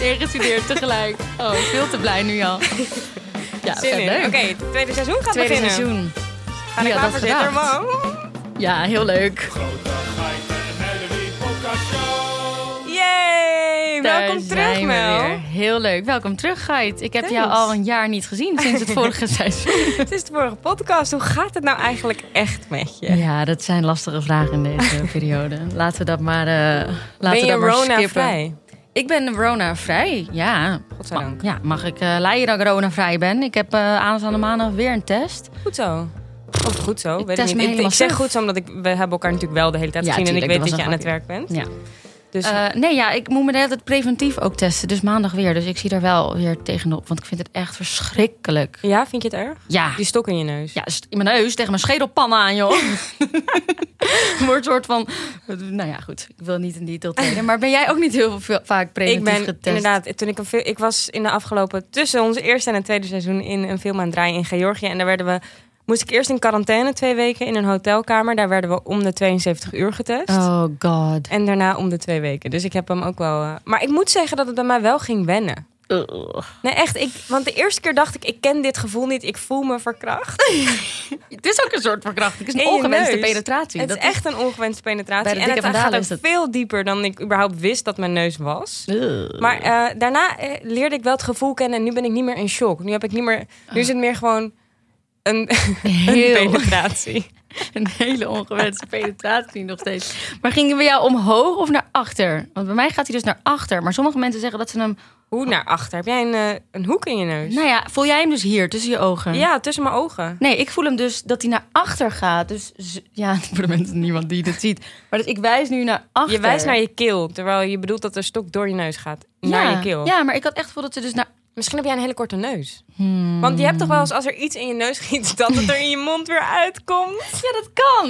ingestudeerd tegelijk. Oh, veel te blij nu al. Ja, leuk. Oké, het tweede seizoen gaat tweede beginnen. Seizoen. Ga ik klaar voor zitten, man? Ja, heel leuk. Grote Geiten en Melanie Podcast Show. Yay! Welkom terug, Mel. Weer. Heel leuk. Welkom terug, Geit. Ik heb Thanks. jou al een jaar niet gezien sinds het vorige seizoen. Het is de vorige podcast. Hoe gaat het nou eigenlijk echt met je? Ja, dat zijn lastige vragen in deze periode. Laten we dat maar Ben je skippen. Rona-vrij? Ik ben Rona-vrij, ja. Godzijdank. Ja, mag ik leiden dat ik Rona-vrij ben? Ik heb aanstaande maandag weer een test. Goed zo. Of goed zo, Ik weet test ik me niet. helemaal Ik zeg zelf. goed zo, omdat we hebben elkaar natuurlijk wel de hele tijd Ja, gezien. En ik tuurlijk, weet dat dat je was aan een het werk bent. Ja. Dus Ik moet me de hele tijd preventief ook testen. Dus maandag weer. Dus ik zie daar wel weer tegenop. Want ik vind het echt verschrikkelijk. ja, vind je het erg? Ja, Die stok in je neus. ja, in mijn neus tegen mijn schedelpan aan, joh. Wordt een soort van... Nou ja, goed. Ik wil niet in detail treden. Maar ben jij ook niet heel vaak preventief Ik ben getest? inderdaad, ik was in de afgelopen, tussen ons eerste en het tweede seizoen in een film aan het draaien in Georgië. En daar moest ik eerst in quarantaine 2 weken in een hotelkamer. Daar werden we om de 72 uur getest. Oh god. En daarna om de 2 weken. Dus ik heb hem ook wel... Maar ik moet zeggen dat het bij mij wel ging wennen. Nee, echt. Want de eerste keer dacht ik ken dit gevoel niet. Ik voel me verkracht. Het is ook een soort verkrachting. Het is In een je ongewenste neus. penetratie. Het is echt een ongewenste penetratie. Bij de En dikke het vandalen gaat is ook het- veel dieper dan ik überhaupt wist dat mijn neus was. Maar daarna leerde ik wel het gevoel kennen. En nu ben ik niet meer in shock. Nu heb ik niet meer... Nu is het meer gewoon een Heel- penetratie. Een hele ongewenste penetratie nog steeds. Maar ging hij bij jou omhoog of naar achter? Want bij mij gaat hij dus naar achter. Maar sommige mensen zeggen dat ze hem... Hoe naar achter? Heb jij een hoek in je neus? Nou ja, voel jij hem dus hier, tussen je ogen? Ja, tussen mijn ogen. Nee, ik voel hem dus dat hij naar achter gaat. Dus ja, voor de mensen, niemand die dit ziet. Maar dus ik wijs nu naar achter. Je wijst naar je keel, terwijl je bedoelt dat de stok door je neus gaat. Naar je keel. Ja, maar ik had echt gevoel dat ze dus naar... Misschien heb jij een hele korte neus. Want je hebt toch wel eens als er iets in je neus schiet... dat het er in je mond weer uitkomt? Ja, dat kan.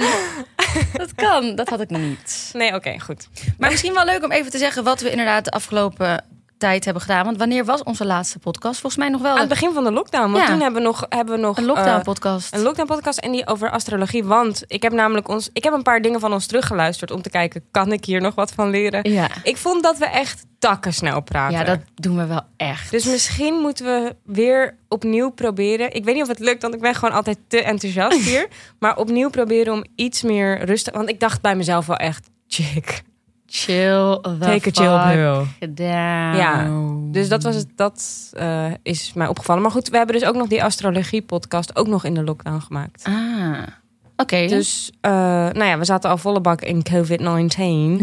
Dat kan. Dat had ik nog niet. Nee, oké, goed. Maar misschien wel leuk om even te zeggen wat we inderdaad de afgelopen tijd hebben gedaan. Want wanneer was onze laatste podcast? Volgens mij nog wel Aan het begin van de lockdown. Want Ja. toen hebben we nog een lockdown podcast. een lockdown podcast en die over astrologie. Want ik heb namelijk ik heb een paar dingen van ons teruggeluisterd... om te kijken, kan ik hier nog wat van leren? Ja. Ik vond dat we echt takkensnel praten. Ja, dat doen we wel echt. Dus misschien moeten we weer opnieuw proberen. Ik weet niet of het lukt, want ik ben gewoon altijd te enthousiast hier. Maar opnieuw proberen om iets meer rustig... Want ik dacht bij mezelf wel echt... Chick, Chill the take a chill pill. down. Ja, dus dat was het. Dat is mij opgevallen. Maar goed, we hebben dus ook nog die astrologie-podcast... ook nog in de lockdown gemaakt. Ah, oké. Dus, we zaten al volle bak in COVID-19.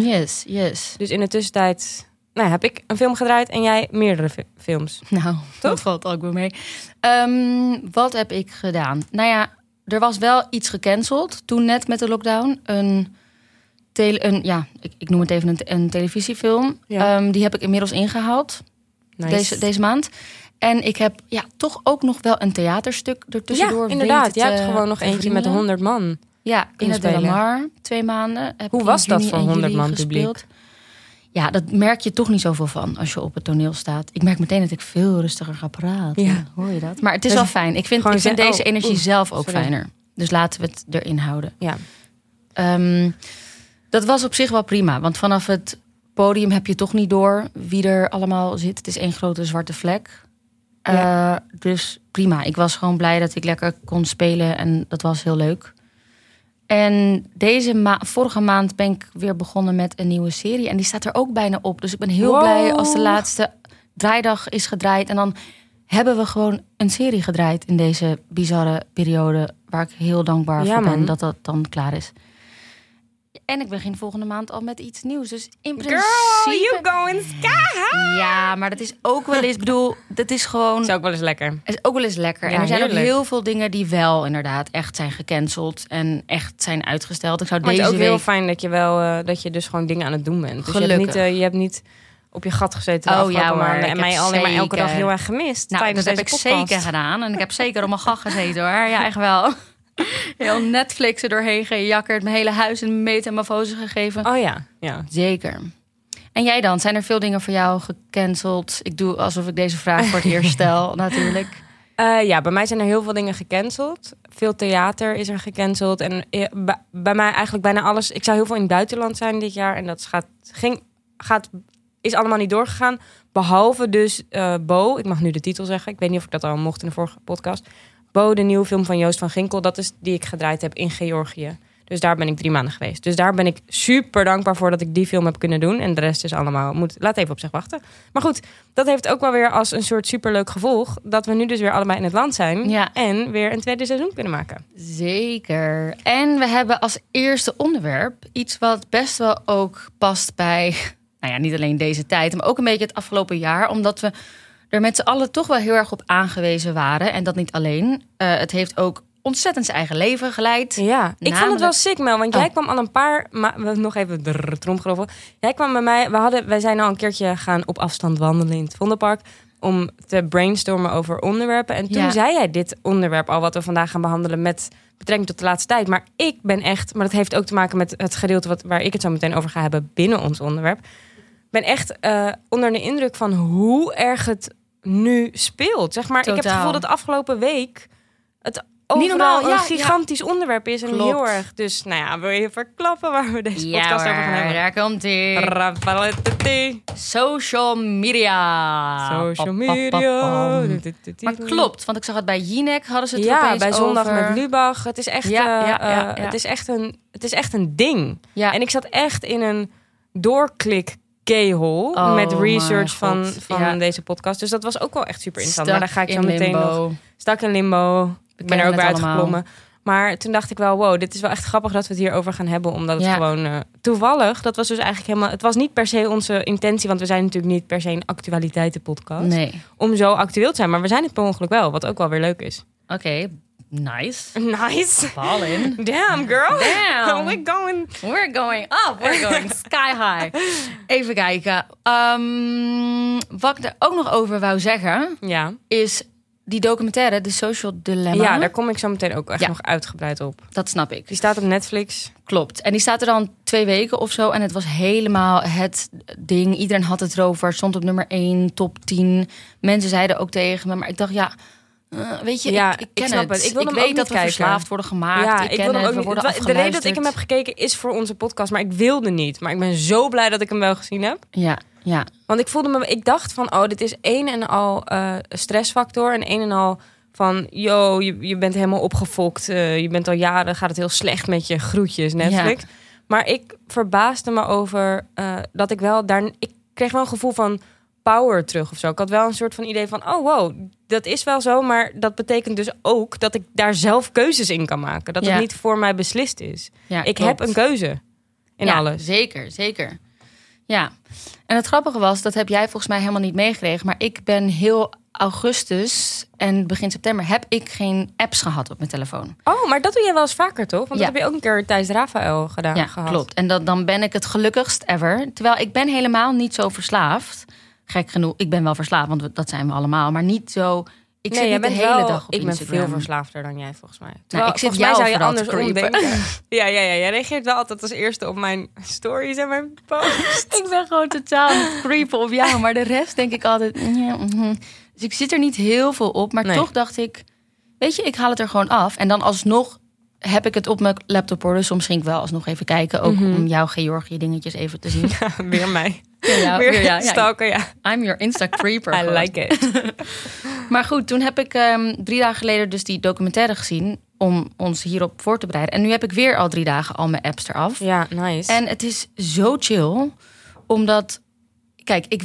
Yes. Dus in de tussentijd... heb ik een film gedraaid en jij meerdere films. Nou, dat valt ook wel mee. Wat heb ik gedaan? Nou ja, er was wel iets gecanceld toen net met de lockdown. Ik noem het even een televisiefilm. Ja. Die heb ik inmiddels ingehaald Nice. deze maand. En ik heb toch ook nog wel een theaterstuk ertussendoor. Ja, inderdaad. weten Je hebt te gewoon nog eentje met vernieuwen. 100 man. Ja, in kunnen het De La spelen. Mar, 2 maanden. Heb Hoe ik was in dat juni voor en 100 juli man publiek? gespeeld. Ja, dat merk je toch niet zoveel van als je op het toneel staat. Ik merk meteen dat ik veel rustiger ga praten. Ja. Hoor je dat? Maar het is Dus wel fijn. Ik vind gewoon deze zeggen, energie zelf ook sorry. fijner. Dus laten we het erin houden. Ja. Dat was op zich wel prima. Want vanaf het podium heb je toch niet door wie er allemaal zit. Het is één grote zwarte vlek. Dus prima. Ik was gewoon blij dat ik lekker kon spelen. En dat was heel leuk. En vorige maand ben ik weer begonnen met een nieuwe serie. En die staat er ook bijna op. Dus ik ben heel blij als de laatste draaidag is gedraaid. En dan hebben we gewoon een serie gedraaid in deze bizarre periode. Waar ik heel dankbaar voor ben dat dat dan klaar is. En ik begin volgende maand al met iets nieuws. Dus in principe... Girl, you going sky high. Ja, maar dat is ook wel eens... Ik bedoel, dat is gewoon... Dat is ook wel eens lekker. Het is ook wel eens lekker. Ja, en er zijn heerlijk. ook heel veel dingen die wel inderdaad echt zijn gecanceld. En echt zijn uitgesteld. Ik zou Maar het is deze ook heel week... fijn dat je dus gewoon dingen aan het doen bent. Dus Gelukkig. je hebt niet op je gat gezeten de Oh, afgelopen ja, hoor. maanden. Ik En heb mij alleen maar elke zeker- dag heel erg gemist. Nou, dat tijdens heb ik deze podcast. zeker gedaan. En ik heb zeker op mijn gach gezeten hoor. Ja, echt wel. Heel Netflix er doorheen gejakkerd. Mijn hele huis een metamorfose gegeven. Oh ja. Zeker. En jij dan? Zijn er veel dingen voor jou gecanceld? Ik doe alsof ik deze vraag voor het eerst stel, natuurlijk. Ja, bij mij zijn er heel veel dingen gecanceld. Veel theater is er gecanceld. En bij mij eigenlijk bijna alles. Ik zou heel veel in het buitenland zijn dit jaar. En dat is allemaal niet doorgegaan. Behalve dus Bo, ik mag nu de titel zeggen. Ik weet niet of ik dat al mocht in de vorige podcast. Bo, de nieuwe film van Joost van Ginkel. Dat is die ik gedraaid heb in Georgië. Dus daar ben ik 3 maanden geweest. Dus daar ben ik super dankbaar voor dat ik die film heb kunnen doen. En de rest is allemaal... Laat even op zich wachten. Maar goed, dat heeft ook wel weer als een soort superleuk gevolg... dat we nu dus weer allebei in het land zijn... Ja. en weer een tweede seizoen kunnen maken. Zeker. En we hebben als eerste onderwerp iets wat best wel ook past bij... Nou ja, niet alleen deze tijd, maar ook een beetje het afgelopen jaar. Omdat we er met z'n allen toch wel heel erg op aangewezen waren. En dat niet alleen. Het heeft ook ontzettend zijn eigen leven geleid. Ja, ik vond het wel sick, Mel. Want jij kwam al een paar... nog even tromgeroffel. Jij kwam bij mij... Wij zijn al een keertje gaan op afstand wandelen in het Vondelpark... om te brainstormen over onderwerpen. En toen zei jij dit onderwerp al... wat we vandaag gaan behandelen met betrekking tot de laatste tijd. Maar ik ben echt... Maar dat heeft ook te maken met het gedeelte... waar ik het zo meteen over ga hebben binnen ons onderwerp. Ben echt onder de indruk van hoe erg het nu speelt. Zeg maar, Totaal. ik heb het gevoel dat de afgelopen week... het overal een gigantisch onderwerp is. En Klopt. heel erg. Dus nou ja, wil je verklappen waar we deze podcast over gaan hebben? Daar komt ie. Social media. Social media. Maar klopt, want ik zag het bij Jinek hadden ze het er Ja, opeens bij Zondag over. met Lubach. Het is echt, het is echt een ding. Ja. En ik zat echt in een doorklik keyhole met research van deze podcast. Dus dat was ook wel echt super interessant. Maar daar ga ik zo meteen nog... Stak in limbo. Ik ben er ook weer uitgeklommen. Maar toen dacht ik wel, wow, dit is wel echt grappig dat we het hierover gaan hebben. Omdat het gewoon toevallig, dat was dus eigenlijk helemaal... Het was niet per se onze intentie, want we zijn natuurlijk niet per se een actualiteitenpodcast. Nee. Om zo actueel te zijn. Maar we zijn het per ongeluk wel, wat ook wel weer leuk is. Oké, nice. Nice. Ball in. Damn, girl. Damn. We're going up. We're going sky high. Even kijken. Wat ik er ook nog over wou zeggen... is die documentaire, The Social Dilemma. Ja, daar kom ik zo meteen ook echt nog uitgebreid op. Dat snap ik. Die staat op Netflix. Klopt. En die staat er dan 2 weken of zo. En het was helemaal het ding. Iedereen had het erover. Stond op nummer 1, top 10. Mensen zeiden ook tegen me. Maar ik dacht, weet je, ik ken snap het. Ik weet dat we verslaafd worden gemaakt. Ik ken het, we worden afgeluisterd. De reden dat ik hem heb gekeken is voor onze podcast. Maar ik wilde niet. Maar ik ben zo blij dat ik hem wel gezien heb. Ja. Want ik dacht van, dit is een en al stressfactor. En een en al van, je bent helemaal opgefokt. Je bent al jaren, gaat het heel slecht met je. Groetjes, Netflix. Ja. Maar ik verbaasde me over dat ik wel daar... Ik kreeg wel een gevoel van power terug of zo. Ik had wel een soort van idee van, wow, dat is wel zo. Maar dat betekent dus ook dat ik daar zelf keuzes in kan maken. Dat het niet voor mij beslist is. Ja, ik heb een keuze in alles. Zeker. Ja, en het grappige was, dat heb jij volgens mij helemaal niet meegekregen. Maar ik ben heel augustus en begin september heb ik geen apps gehad op mijn telefoon. Oh, maar dat doe je wel eens vaker, toch? Want dat heb je ook een keer tijdens Rafael gedaan. Ja, klopt. En dan ben ik het gelukkigst ever. Terwijl ik ben helemaal niet zo verslaafd. Gek genoeg, ik ben wel verslaafd, want dat zijn we allemaal. Maar niet zo... Ik zit niet de hele dag op Instagram. Ik ben veel verslaafder dan jij, volgens mij. Ik zit jou zou je anders omdenken. Ja. Jij reageert wel altijd als eerste op mijn stories en mijn posts. Ik ben gewoon totaal creepen op jou. Maar de rest denk ik altijd... Dus ik zit er niet heel veel op. Maar toch dacht ik... Weet je, ik haal het er gewoon af. En dan alsnog heb ik het op mijn laptop. Dus soms ging ik wel alsnog even kijken. Ook om jouw Georgië dingetjes even te zien. Ja, weer mij. Ja, stalker, ja. I'm your Insta-creeper. I like it. Maar goed, toen heb ik 3 dagen geleden dus die documentaire gezien... om ons hierop voor te bereiden. En nu heb ik weer al 3 dagen al mijn apps eraf. Ja, nice. En het is zo chill, omdat... Kijk, ik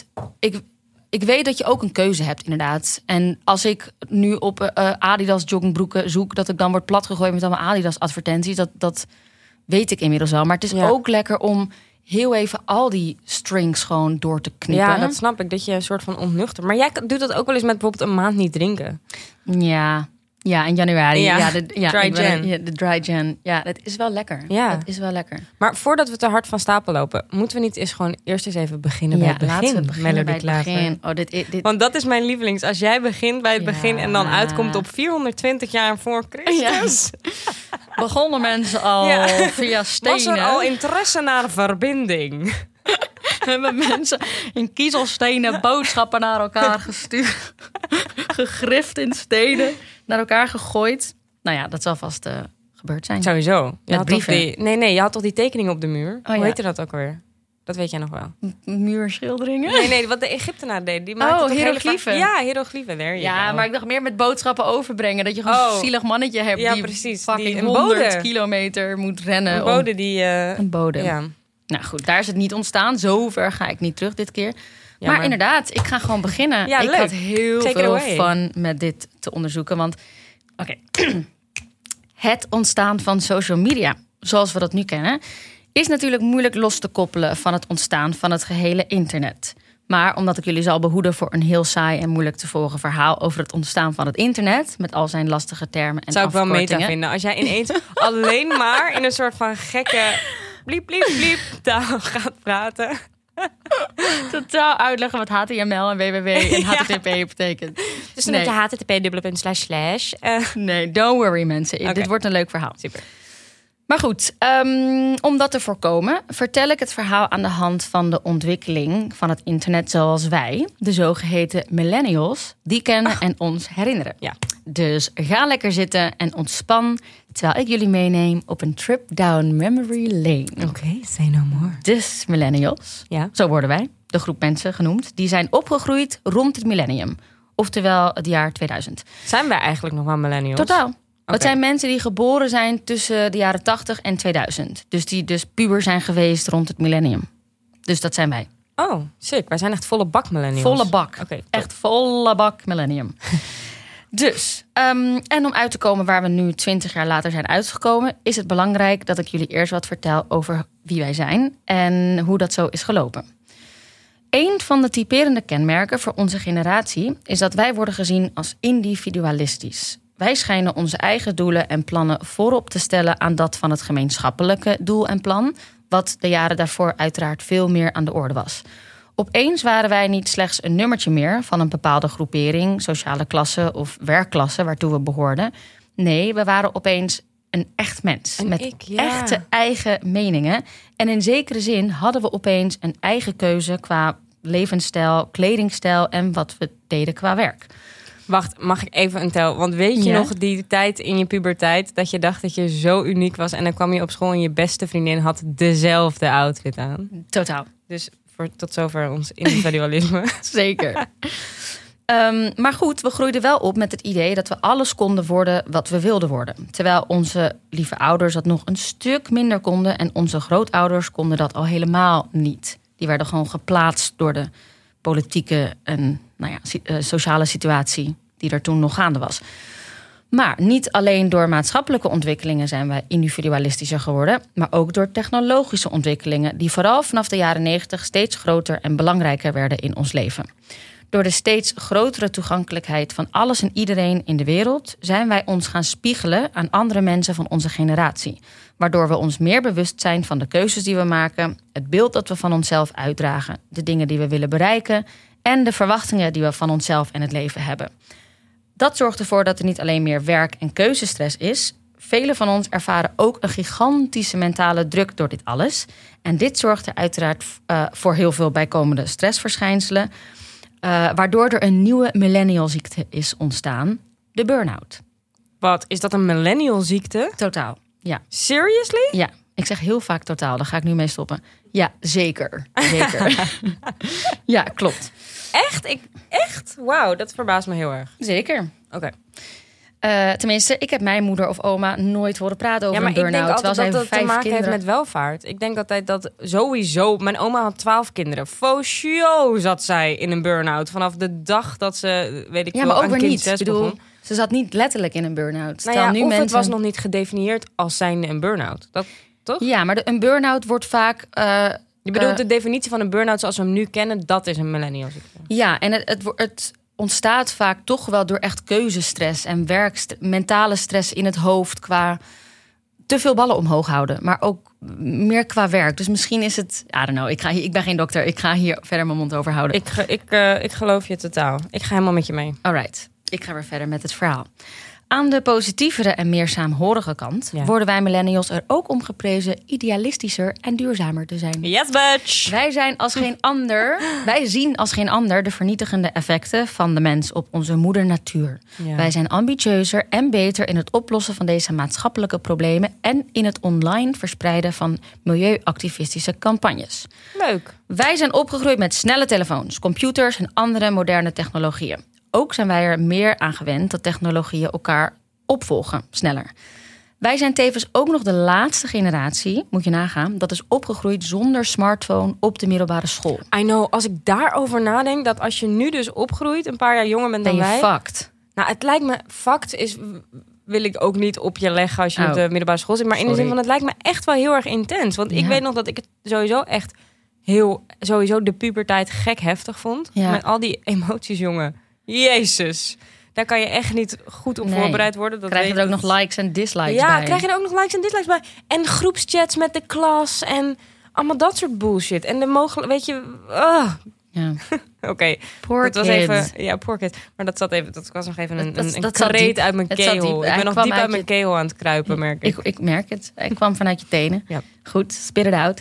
weet dat je ook een keuze hebt, inderdaad. En als ik nu op Adidas joggingbroeken zoek... dat ik dan word platgegooid met allemaal Adidas advertenties... dat weet ik inmiddels wel. Maar het is ook lekker om... heel even al die strings gewoon door te knippen. Ja, dat snap ik, dat je een soort van ontnuchtert. Maar jij doet dat ook wel eens met bijvoorbeeld een maand niet drinken. Ja, in januari. De dry gen. Ja, dat is wel lekker. Ja. Dat is wel lekker. Maar voordat we te hard van stapel lopen... moeten we niet eerst eens even beginnen bij het begin? Laten we beginnen bij het begin. Want dat is mijn lievelings. Als jij begint bij het begin en dan uitkomt op 420 jaar voor Christus... Ja. Begonnen mensen al via stenen. Was er al interesse naar verbinding? Hebben mensen in kiezelstenen boodschappen naar elkaar gestuurd. Gegrift in stenen. Naar elkaar gegooid. Nou ja, dat zal vast gebeurd zijn. Sowieso. Je had je had toch die tekening op de muur? Hoe heette dat ook alweer? Dat weet jij nog wel. Muurschilderingen? Nee, wat de Egyptenaren deden. Die maakten toch hele hiërogliefen. Ja, hiërogliefen. There you Ja, go. maar ik dacht meer met boodschappen overbrengen. Dat je gewoon een zielig mannetje hebt Ja, die precies. fucking Die een 100 bode. kilometer moet rennen. Een bode die... Een bode. Ja. Nou goed, daar is het niet ontstaan. Zover ga ik niet terug dit keer. Ja, maar inderdaad, ik ga gewoon beginnen. Ja, ik leuk. had heel Take it veel away. fun met dit te onderzoeken. Want, oké. Het ontstaan van social media, zoals we dat nu kennen, is natuurlijk moeilijk los te koppelen van het ontstaan van het gehele internet. Maar omdat ik jullie zal behoeden voor een heel saai en moeilijk te volgen verhaal over het ontstaan van het internet, met al zijn lastige termen en Zou ik wel afkortingen. meta vinden. Als jij ineens alleen maar in een soort van gekke bliep, bliep, bliep taal gaat praten. Totaal uitleggen wat HTML en www en HTTP betekent. Dus dan Nee. met je http://. Nee, don't worry mensen. Oké. Dit wordt een leuk verhaal. Super. Maar goed, om dat te voorkomen, vertel ik het verhaal aan de hand van de ontwikkeling van het internet zoals wij, de zogeheten millennials, die kennen en ons herinneren. Ja. Dus ga lekker zitten en ontspan, terwijl ik jullie meeneem op een trip down memory lane. Oké, say no more. Dus millennials, Ja. zo worden wij, de groep mensen genoemd, die zijn opgegroeid rond het millennium. Oftewel het jaar 2000. Zijn wij eigenlijk nog wel millennials? Totaal. Het Oké. zijn mensen die geboren zijn tussen de jaren 80 en 2000. Dus die dus puber zijn geweest rond het millennium. Dus dat zijn wij. Oh, sick. Wij zijn echt volle bak millennials. Volle bak. Oké, top. Echt volle bak millennium. Dus, en om uit te komen waar we nu 20 jaar later zijn uitgekomen, is het belangrijk dat ik jullie eerst wat vertel over wie wij zijn en hoe dat zo is gelopen. Een van de typerende kenmerken voor onze generatie is dat wij worden gezien als individualistisch. Wij schijnen onze eigen doelen en plannen voorop te stellen aan dat van het gemeenschappelijke doel en plan, wat de jaren daarvoor uiteraard veel meer aan de orde was. Opeens waren wij niet slechts een nummertje meer van een bepaalde groepering, sociale klasse of werkklasse waartoe we behoorden. Nee, we waren opeens een echt mens Een met ik, ja. echte eigen meningen. En in zekere zin hadden we opeens een eigen keuze qua levensstijl, kledingstijl en wat we deden qua werk. Wacht, mag ik even een tel? Want weet je Ja. nog die tijd in je puberteit dat je dacht dat je zo uniek was en dan kwam je op school en je beste vriendin had dezelfde outfit aan? Totaal. Dus tot zover ons individualisme. Zeker. Maar goed, we groeiden wel op met het idee dat we alles konden worden wat we wilden worden. Terwijl onze lieve ouders dat nog een stuk minder konden en onze grootouders konden dat al helemaal niet. Die werden gewoon geplaatst door de politieke en sociale situatie die er toen nog gaande was. Maar niet alleen door maatschappelijke ontwikkelingen zijn wij individualistischer geworden, maar ook door technologische ontwikkelingen die vooral vanaf de jaren 90 steeds groter en belangrijker werden in ons leven. Door de steeds grotere toegankelijkheid van alles en iedereen in de wereld zijn wij ons gaan spiegelen aan andere mensen van onze generatie. Waardoor we ons meer bewust zijn van de keuzes die we maken, het beeld dat we van onszelf uitdragen, de dingen die we willen bereiken en de verwachtingen die we van onszelf en het leven hebben. Dat zorgt ervoor dat er niet alleen meer werk- en keuzestress is. Velen van ons ervaren ook een gigantische mentale druk door dit alles. En dit zorgt er uiteraard voor heel veel bijkomende stressverschijnselen. Waardoor er een nieuwe millennialziekte is ontstaan. De burn-out. Wat, is dat een millennial ziekte? Totaal. Ja. Seriously? Ja. Ik zeg heel vaak totaal. Daar ga ik nu mee stoppen. Ja, zeker. Zeker. Ja, klopt. Echt? Echt? Wauw, dat verbaast me heel erg. Zeker. Oké. Tenminste, ik heb mijn moeder of oma nooit horen praten over Ja, maar een ik denk burn-out. altijd dat Terwijl zij het te 5 maken heeft kinderen... met welvaart. Ik denk altijd dat sowieso... Mijn oma had 12 kinderen. Faux show zat zij in een burn-out. Vanaf de dag dat ze, weet ik Ja, veel, maar ook aan weer kind niet. 6 Ik bedoel, begon. ze zat niet letterlijk in een burn-out. Nou Terwijl ja, nu of mensen... het was nog niet gedefinieerd als zijnde een burn-out. Dat, toch? Ja, maar een burn-out wordt vaak... Je bedoelt de definitie van een burn-out zoals we hem nu kennen, dat is een millennial ziekte. Ja, en het ontstaat vaak toch wel door echt keuzestress en mentale stress in het hoofd qua te veel ballen omhoog houden, maar ook meer qua werk. Dus misschien is het, I don't know, ik ben geen dokter, ik ga hier verder mijn mond over houden. Ik geloof je totaal. Ik ga helemaal met je mee. Alright, ik ga weer verder met het verhaal. Aan de positievere en meer saamhorige kant worden wij millennials er ook om geprezen idealistischer en duurzamer te zijn. Yes, bitch! Wij zien als geen ander de vernietigende effecten van de mens op onze moeder natuur. Ja. Wij zijn ambitieuzer en beter in het oplossen van deze maatschappelijke problemen en in het online verspreiden van milieuactivistische campagnes. Leuk. Wij zijn opgegroeid met snelle telefoons, computers en andere moderne technologieën. Ook zijn wij er meer aan gewend dat technologieën elkaar opvolgen, sneller. Wij zijn tevens ook nog de laatste generatie, moet je nagaan, dat is opgegroeid zonder smartphone op de middelbare school. I know, als ik daarover nadenk, dat als je nu dus opgroeit, een paar jaar jonger bent dan wij... Ben je fucked? Nou, het lijkt me, wil ik ook niet op je leggen als je op de middelbare school zit. Maar in de zin van, het lijkt me echt wel heel erg intens. Want ik weet nog dat ik het sowieso echt sowieso de puberteit gek heftig vond. Ja. Met al die emoties, jongen. Jezus. Daar kan je echt niet goed op voorbereid worden. Dat krijg je er ook nog likes en dislikes bij. Ja, krijg je er ook nog likes en dislikes bij. En groepschats met de klas en allemaal dat soort bullshit. En de mogelijk, weet je... Ja. Oké. Poor dat was kid. Even, ja, poor kid. Maar dat was nog even een kreet uit mijn keel. Ik ben nog diep uit mijn keel aan het kruipen, merk ik. Ik merk het. Ik kwam vanuit je tenen. Ja. Goed, spit it out.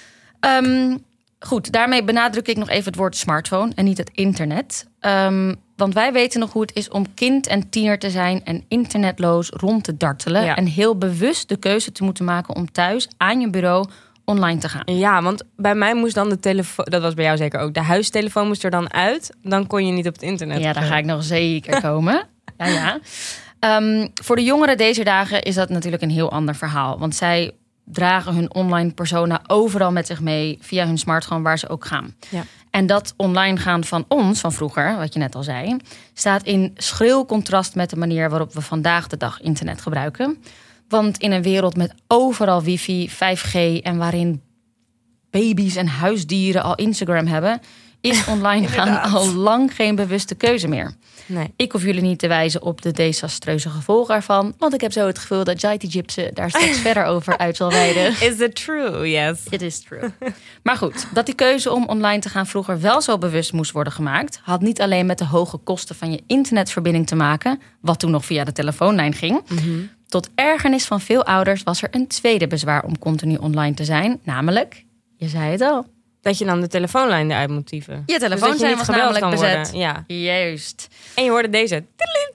Goed, daarmee benadruk ik nog even het woord smartphone en niet het internet. Want wij weten nog hoe het is om kind en tiener te zijn en internetloos rond te dartelen. Ja. En heel bewust de keuze te moeten maken om thuis aan je bureau online te gaan. Ja, want bij mij moest dan de telefoon, dat was bij jou zeker ook, de huistelefoon moest er dan uit. Dan kon je niet op het internet. Ja, daar ga ik nog zeker komen. Ja. Voor de jongeren deze dagen is dat natuurlijk een heel ander verhaal. Want zij dragen hun online persona overal met zich mee via hun smartphone waar ze ook gaan. Ja. En dat online gaan van ons, van vroeger, wat je net al zei, staat in schril contrast met de manier waarop we vandaag de dag internet gebruiken. Want in een wereld met overal wifi, 5G en waarin baby's en huisdieren al Instagram hebben, is online gaan al lang geen bewuste keuze meer. Nee. Ik hoef jullie niet te wijzen op de desastreuze gevolgen ervan, want ik heb zo het gevoel dat Jaiti Gypsen daar straks verder over uit zal wijden. Is it true? Yes. It is true. Maar goed, dat die keuze om online te gaan vroeger wel zo bewust moest worden gemaakt, had niet alleen met de hoge kosten van je internetverbinding te maken, wat toen nog via de telefoonlijn ging. Mm-hmm. Tot ergernis van veel ouders was er een tweede bezwaar om continu online te zijn, namelijk, je zei het al, dat je dan de telefoonlijn eruit moet typen. Je telefoonlijn was namelijk bezet. Ja. Juist. En je hoorde deze.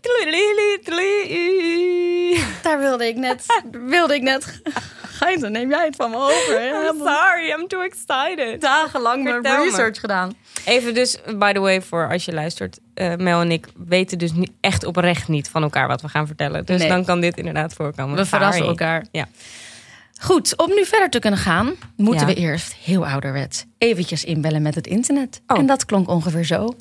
Daar wilde ik net. Gijs, dan neem jij het van me over. I'm sorry, I'm too excited. Dagenlang mijn research gedaan. Even dus, by the way, voor als je luistert. Mel en ik weten dus niet, echt oprecht niet van elkaar wat we gaan vertellen. Dus dan kan dit inderdaad voorkomen. We verrassen elkaar. Ja. Goed, om nu verder te kunnen gaan, moeten we eerst heel ouderwets eventjes inbellen met het internet. Oh. En dat klonk ongeveer zo.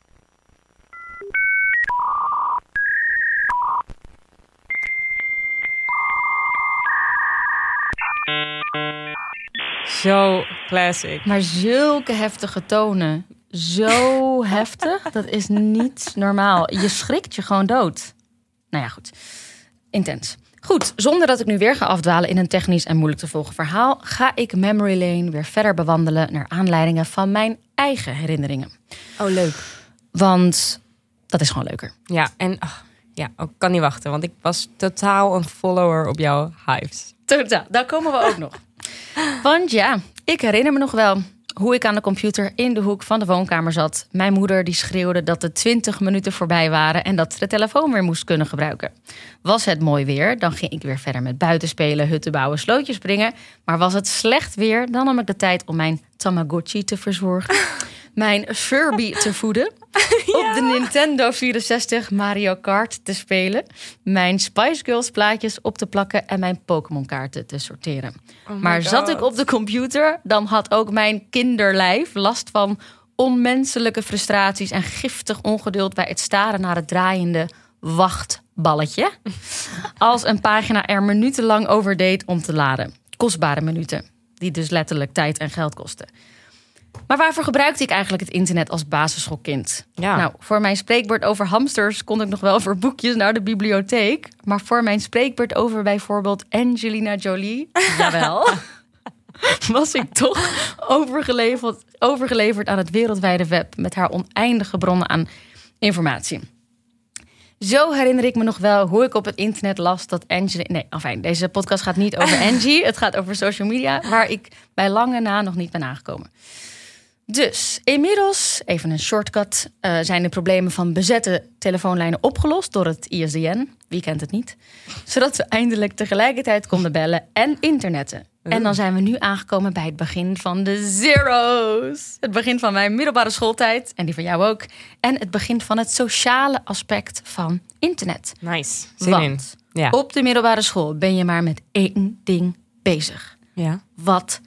Zo classic. Maar zulke heftige tonen. Zo heftig. Dat is niet normaal. Je schrikt je gewoon dood. Nou ja, goed. Intens. Goed, zonder dat ik nu weer ga afdwalen in een technisch en moeilijk te volgen verhaal, ga ik Memory Lane weer verder bewandelen naar aanleidingen van mijn eigen herinneringen. Oh, leuk. Want dat is gewoon leuker. Ja, en ik kan niet wachten, want ik was totaal een follower op jouw hives. Totaal, daar komen we ook nog. Want ja, ik herinner me nog wel hoe ik aan de computer in de hoek van de woonkamer zat. Mijn moeder die schreeuwde dat de 20 minuten voorbij waren en dat ze de telefoon weer moest kunnen gebruiken. Was het mooi weer, dan ging ik weer verder met buitenspelen, hutten bouwen, slootjes springen. Maar was het slecht weer, dan nam ik de tijd om mijn Tamagotchi te verzorgen. Mijn Furby te voeden. Op de Nintendo 64 Mario Kart te spelen. Mijn Spice Girls plaatjes op te plakken en mijn Pokémon kaarten te sorteren. Maar zat ik op de computer, dan had ook mijn kinderlijf last van onmenselijke frustraties en giftig ongeduld bij het staren naar het draaiende wachtballetje. Als een pagina er minutenlang over deed om te laden. Kostbare minuten, die dus letterlijk tijd en geld kosten. Maar waarvoor gebruikte ik eigenlijk het internet als basisschoolkind? Ja. Nou, voor mijn spreekbeurt over hamsters kon ik nog wel voor boekjes naar de bibliotheek. Maar voor mijn spreekbeurt over bijvoorbeeld Angelina Jolie, jawel, was ik toch overgeleverd aan het wereldwijde web met haar oneindige bronnen aan informatie. Zo herinner ik me nog wel hoe ik op het internet las dat Angie... Nee, enfin, deze podcast gaat niet over Angie. Het gaat over social media, waar ik bij lange na nog niet ben aangekomen. Dus inmiddels, even een shortcut, zijn de problemen van bezette telefoonlijnen opgelost door het ISDN. Wie kent het niet? Zodat we eindelijk tegelijkertijd konden bellen en internetten. En dan zijn we nu aangekomen bij het begin van de zero's. Het begin van mijn middelbare schooltijd, en die van jou ook. En het begin van het sociale aspect van internet. Nice. Zin in. Want Ja. op de middelbare school ben je maar met één ding bezig. Ja. Wat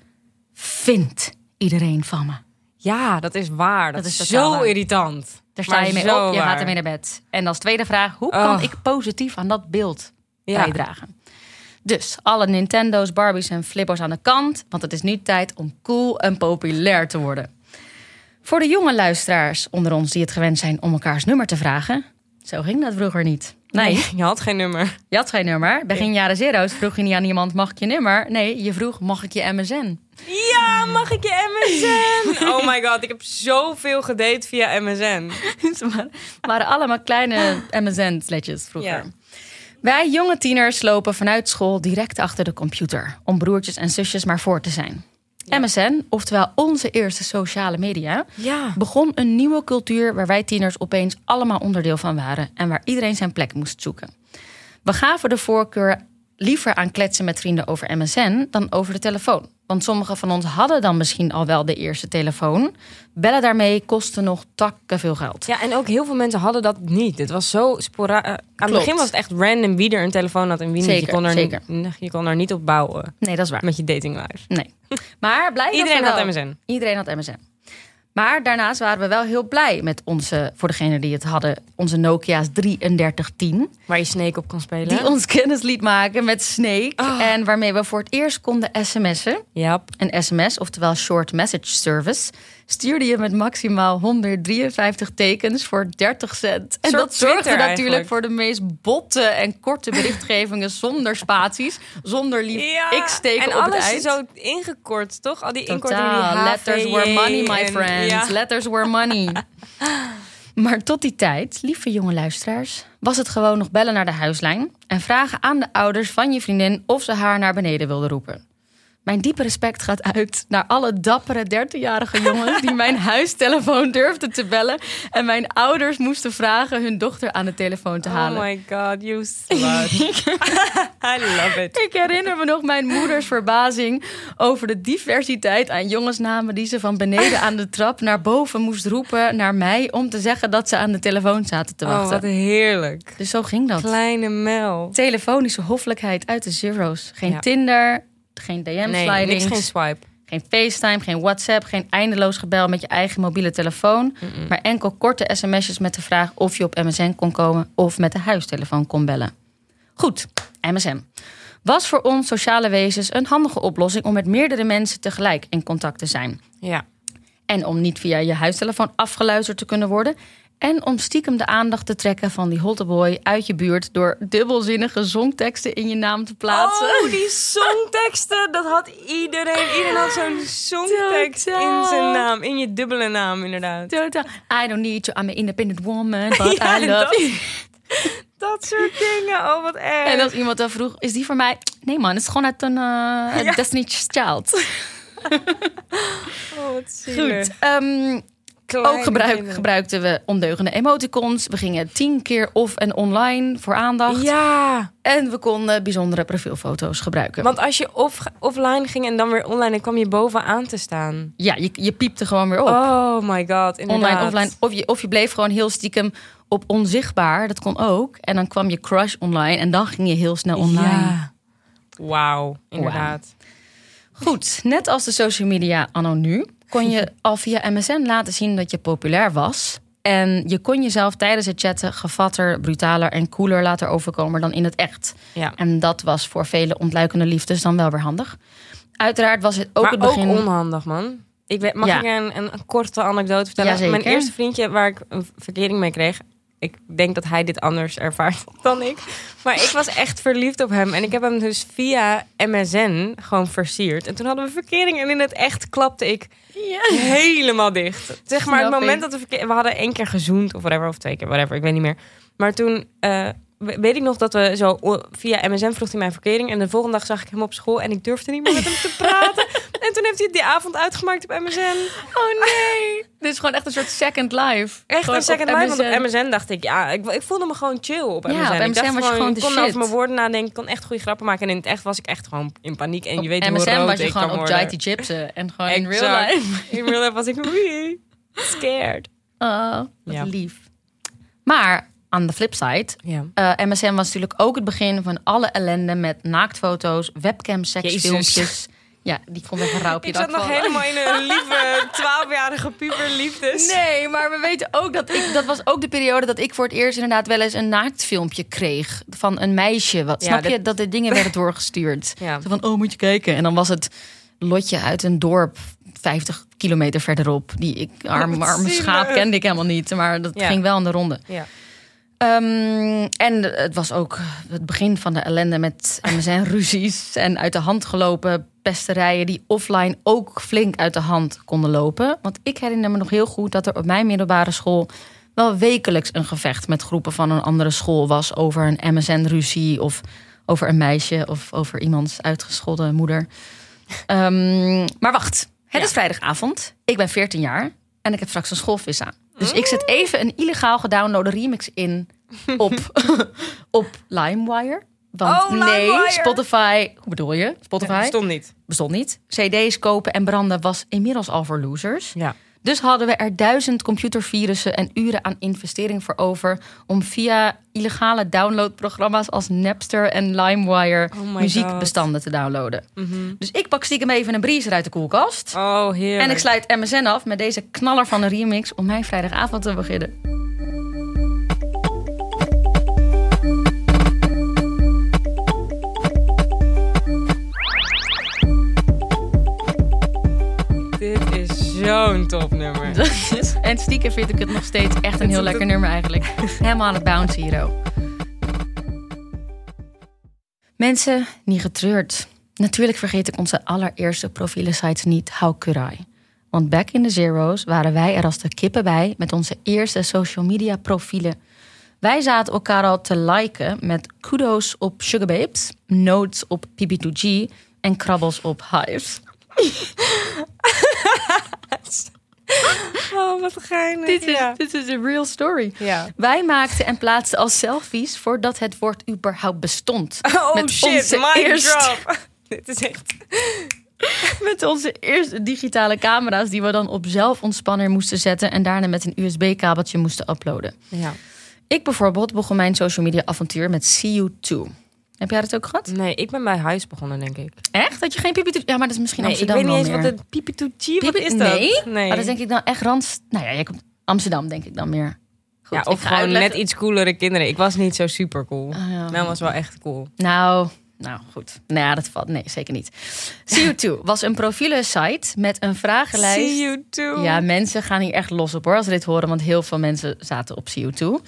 vindt iedereen van me? Ja, dat is waar. Dat Dat is is totaal zo waar. irritant. Daar sta Maar je mee zo op, je waar. gaat ermee naar bed. En als tweede vraag, hoe kan Oh. ik positief aan dat beeld Ja. bijdragen? Dus alle Nintendo's, Barbies en Flippo's aan de kant. Want het is nu tijd om cool en populair te worden. Voor de jonge luisteraars onder ons die het gewend zijn om elkaars nummer te vragen. Zo ging dat vroeger niet. Nee, Je had geen nummer. je had geen nummer. Begin jaren zero's vroeg je niet aan iemand, mag ik je nummer? Nee, je vroeg, mag ik je MSN? Ja, mag ik je MSN? Oh my god, ik heb zoveel gedate via MSN. Ze waren allemaal kleine MSN-sletjes vroeger. Ja. Wij jonge tieners lopen vanuit school direct achter de computer. Om broertjes en zusjes maar voor te zijn. Ja. MSN, oftewel onze eerste sociale media, Ja. begon een nieuwe cultuur waar wij tieners opeens allemaal onderdeel van waren. En waar iedereen zijn plek moest zoeken. We gaven de voorkeur liever aan kletsen met vrienden over MSN dan over de telefoon. Want sommigen van ons hadden dan misschien al wel de eerste telefoon. Bellen daarmee kostte nog takken veel geld. Ja, en ook heel veel mensen hadden dat niet. Het was zo aan het begin was het echt random wie er een telefoon had en wie niet. Zeker, zeker. Je kon er niet op bouwen Nee, dat is waar. met je dating life. Nee. Maar blij dat Iedereen we had wel- MSN. Iedereen had MSN. Maar daarnaast waren we wel heel blij met onze, voor degenen die het hadden, onze Nokia's 3310. Waar je Snake op kon spelen. Die ons kennis liet maken met Snake. En waarmee we voor het eerst konden sms'en. Yep. Een sms, oftewel short message service, stuurde je met maximaal 153 tekens voor 30 cent. En Soort dat zorgde Twitter natuurlijk eigenlijk. voor de meest botte en korte berichtgevingen zonder spaties, zonder lief x-teken en op het alles eind. zo ingekort, toch? Al die inkortingen, die Totaal. Letters HVJ were money, my en- friends. Ja. Letters were money. Maar tot die tijd, lieve jonge luisteraars, was het gewoon nog bellen naar de huislijn en vragen aan de ouders van je vriendin of ze haar naar beneden wilde roepen. Mijn diepe respect gaat uit naar alle dappere 13-jarige jongens die mijn huistelefoon durfden te bellen en mijn ouders moesten vragen hun dochter aan de telefoon te halen. Oh my god, you slut. I love it. Ik herinner me nog mijn moeders verbazing over de diversiteit aan jongensnamen die ze van beneden aan de trap naar boven moest roepen naar mij om te zeggen dat ze aan de telefoon zaten te Oh, wachten. wat heerlijk. Dus zo ging dat. Kleine Mel. Telefonische hoffelijkheid uit de zero's. Geen Ja. Tinder, geen Nee, DM-slidings, niks, geen swipe. geen FaceTime, geen WhatsApp, geen eindeloos gebel met je eigen mobiele telefoon. Maar enkel korte sms'jes met de vraag of je op MSN kon komen of met de huistelefoon kon bellen. Goed, MSN. Was voor ons sociale wezens een handige oplossing om met meerdere mensen tegelijk in contact te zijn. Ja. En om niet via je huistelefoon afgeluisterd te kunnen worden. En om stiekem de aandacht te trekken van die hotteboy uit je buurt door dubbelzinnige zongteksten in je naam te plaatsen. Oh, die songteksten, dat had iedereen. Iedereen had zo'n songtekst Totaal. in zijn naam. In je dubbele naam, inderdaad. Totaal. I don't need you, I'm an independent woman, but Ja, I love you. Dat soort dingen. Oh, wat erg. En als iemand dan vroeg, is die voor mij? Nee man, het is gewoon uit een Destiny's Child. Oh, wat zielig. Goed. Kleine Ook kinderen. gebruikten we ondeugende emoticons. We gingen 10 keer off en online voor aandacht. Ja, En we konden bijzondere profielfoto's gebruiken. want als je offline ging en dan weer online, dan kwam je bovenaan te staan. Ja, je piepte gewoon weer op. Oh my god, inderdaad. Online, offline. Of je bleef gewoon heel stiekem op onzichtbaar. Dat kon ook. En dan kwam je crush online. En dan ging je heel snel online. Ja. Wauw, inderdaad. Goed, net als de social media anno nu... kon je al via MSN laten zien dat je populair was. En je kon jezelf tijdens het chatten gevatter, brutaler en cooler laten overkomen dan in het echt. Ja. En dat was voor vele ontluikende liefdes dan wel weer handig. Uiteraard was het ook Maar het begin... ook onhandig, man. Mag Ja. ik een korte anecdote vertellen? Jazeker. Mijn eerste vriendje waar ik een verkering mee kreeg... ik denk dat hij dit anders ervaart dan ik. Maar ik was echt verliefd op hem. En ik heb hem dus via MSN gewoon versierd. En toen hadden we verkering. En in het echt klapte ik helemaal dicht. Zeg maar, het moment dat we hadden 1 keer gezoend of whatever. Of 2 keer, whatever. Ik weet niet meer. Maar toen... weet ik nog dat we zo via MSN vroeg hij mijn verkering. En de volgende dag zag ik hem op school. En ik durfde niet meer met hem te praten. En toen heeft hij het die avond uitgemaakt op MSN. Oh nee. Dit is gewoon echt een soort second life. Echt gewoon een second life. Want MSN. op MSN dacht ik... Ja, ik voelde me gewoon chill op MSN. Ja, op ik MSN dacht was je gewoon de ik kon shit. over mijn woorden nadenken. Ik kon echt goede grappen maken. En in het echt was ik echt gewoon in paniek. En je weet hoe MSN rood was je ik kan gewoon op worden. Jitey Chipsen. En gewoon in Exact. real life. In real life was ik really scared. Oh, wat Ja. lief. Maar... aan de flipside, Ja. MSN was natuurlijk ook het begin van alle ellende met naaktfoto's, webcam, seksfilmpjes. Jezus. Ja, die kon even een raupje Ik zat nog vallen. helemaal in een lieve 12-jarige puberliefdes. Nee, maar we weten ook dat was ook de periode dat ik voor het eerst inderdaad wel eens een naaktfilmpje kreeg van een meisje. Snap je? Dat de dingen werden doorgestuurd. Ja. Zo van, oh, moet je kijken. En dan was het Lotje uit een dorp 50 kilometer verderop. Die ik, arme zielig. schaap, kende ik helemaal niet. Maar dat ging wel aan de ronde. Ja. En het was ook het begin van de ellende met MSN-ruzies en uit de hand gelopen pesterijen die offline ook flink uit de hand konden lopen. Want ik herinner me nog heel goed dat er op mijn middelbare school wel wekelijks een gevecht met groepen van een andere school was over een MSN-ruzie of over een meisje of over iemands uitgescholden moeder. Maar wacht, het is vrijdagavond. Ik ben 14 jaar en ik heb straks een schoolvis aan. Dus ik zet even een illegaal gedownloade remix in op LimeWire. Want LimeWire. Spotify... Hoe bedoel je? Spotify? Bestond niet. Bestond niet. CD's kopen en branden was inmiddels al voor losers. Ja. Dus hadden we er 1000 computervirussen en uren aan investering voor over om via illegale downloadprogramma's als Napster en LimeWire my muziekbestanden te downloaden. Dus ik pak stiekem even een breezer uit de koelkast. Oh, heerlijk. En ik sluit MSN af met deze knaller van een remix om mijn vrijdagavond te beginnen. Dit is zo'n topnummer. En stiekem vind ik het nog steeds echt een heel lekker nummer eigenlijk. Helemaal aan het bounce hier. Mensen, niet getreurd. Natuurlijk vergeet ik onze allereerste profielensites niet, how could I? Want back in the zero's waren wij er als de kippen bij met onze eerste social media profielen. Wij zaten elkaar al te liken met kudos op Sugarbabes, notes op PB2G en krabbels op Hives. Oh, wat geinig. Dit is een real story. Ja. Wij maakten en plaatsten al selfies voordat het woord überhaupt bestond. Oh Met shit, onze mic eerste- drop. Dit is echt... Met onze eerste digitale camera's die we dan op zelfontspanner moesten zetten en daarna met een USB-kabeltje moesten uploaden. Ja. Ik bijvoorbeeld begon mijn social media avontuur met See You Too. Heb jij dat ook gehad? Nee, ik ben bij Huis begonnen, denk ik. Echt? Dat je geen pipi... Ja, maar dat is misschien Nee, ik Amsterdam weet niet eens wel wat meer. het pipi-toetjie, wat is dat? Nee? Nee. Maar dat denk ik dan echt rand... Nou ja, jij komt Amsterdam denk ik dan meer. Goed, Ja, ik of ga gewoon uitleggen. net iets coolere kinderen. Ik was niet zo super cool. ja. Mel was wel echt cool. Nou, goed. Nou ja, dat valt... Nee, zeker niet. See You Too was een profielensite met een vragenlijst. See you too. Ja, mensen gaan hier echt los op hoor, als ze dit horen. Want heel veel mensen zaten op See You Too.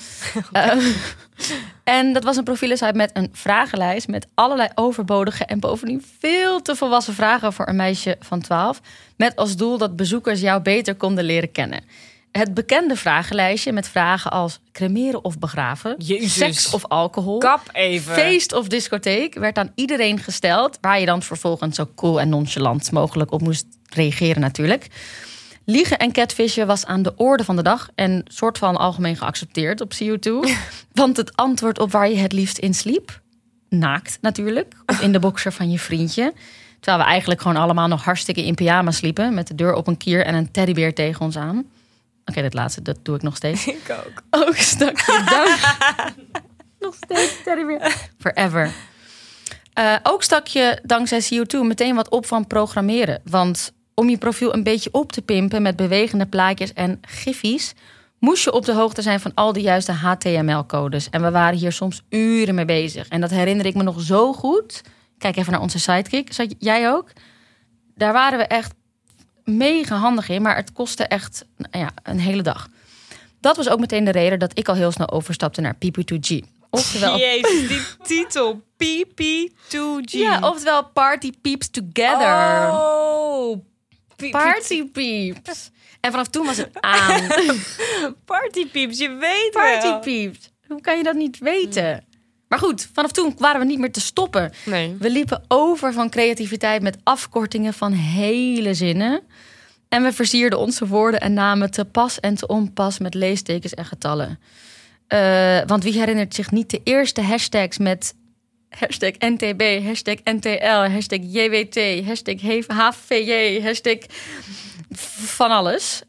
En dat was een profielensite met een vragenlijst met allerlei overbodige en bovendien veel te volwassen vragen voor een meisje van 12. Met als doel dat bezoekers jou beter konden leren kennen. Het bekende vragenlijstje met vragen als cremeren of begraven, Jezus. seks of alcohol, Kap even. feest of discotheek werd aan iedereen gesteld, waar je dan vervolgens zo cool en nonchalant mogelijk op moest reageren natuurlijk. Liegen en catfishen was aan de orde van de dag en soort van algemeen geaccepteerd op See You Too. Want het antwoord op waar je het liefst in sliep, naakt natuurlijk, of in de boxer van je vriendje. Terwijl we eigenlijk gewoon allemaal nog hartstikke in pyjama sliepen, met de deur op een kier en een teddybeer tegen ons aan. Oké, dat laatste, dat doe ik nog steeds. Ik ook. Ook stak je dank. Nog steeds teddybeer. Forever. Ook stak je dankzij See You Too meteen wat op van programmeren. Want om je profiel een beetje op te pimpen met bewegende plaatjes en giffies, moest je op de hoogte zijn van al de juiste HTML-codes. En we waren hier soms uren mee bezig. En dat herinner ik me nog zo goed. Kijk even naar onze sidekick. Zat jij ook? Daar waren we echt mega handig in, maar het kostte echt een hele dag. Dat was ook meteen de reden dat ik al heel snel overstapte naar PP2G. Oftewel, Jezus, die titel. PP2G. ja, oftewel Party Peeps Together. Oh. Party Peeps. En vanaf toen was het aan. Party Peeps, je weet Party wel. Peeps. Hoe kan je dat niet weten? Maar goed, vanaf toen waren we niet meer te stoppen. Nee. We liepen over van creativiteit met afkortingen van hele zinnen. En we versierden onze woorden en namen te pas en te onpas met leestekens en getallen. Want wie herinnert zich niet de eerste hashtags met hashtag NTB, hashtag NTL, hashtag JWT, hashtag HVJ, hashtag van alles.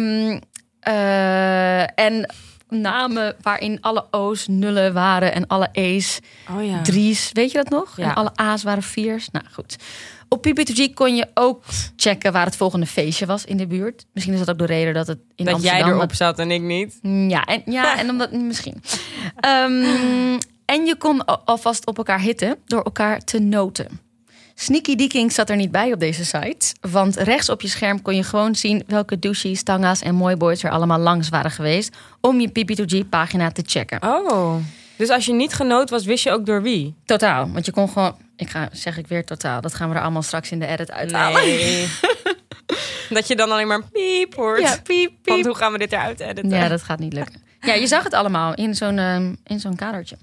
En namen waarin alle O's nullen waren en alle E's Oh ja. drie's. Weet je dat nog? Ja. En alle A's waren vier's. Nou goed. Op PP2G kon je ook checken waar het volgende feestje was in de buurt. Misschien is dat ook de reden dat het in Dat Amsterdam... jij erop zat en ik niet. En omdat... Misschien. En je kon alvast op elkaar hitten door elkaar te noten. Sneaky Deaking zat er niet bij op deze site. Want rechts op je scherm kon je gewoon zien welke douchies, tanga's en mooiboys er allemaal langs waren geweest om je PP2G-pagina te checken. Oh. Dus als je niet genoot was, wist je ook door wie? Totaal. Want je kon gewoon... zeg ik weer totaal. Dat gaan we er allemaal straks in de edit uithalen. Nee. Dat je dan alleen maar piep hoort. Ja, piep, piep. Want hoe gaan we dit eruit editen? Ja, dat gaat niet lukken. Ja, je zag het allemaal in zo'n kadertje.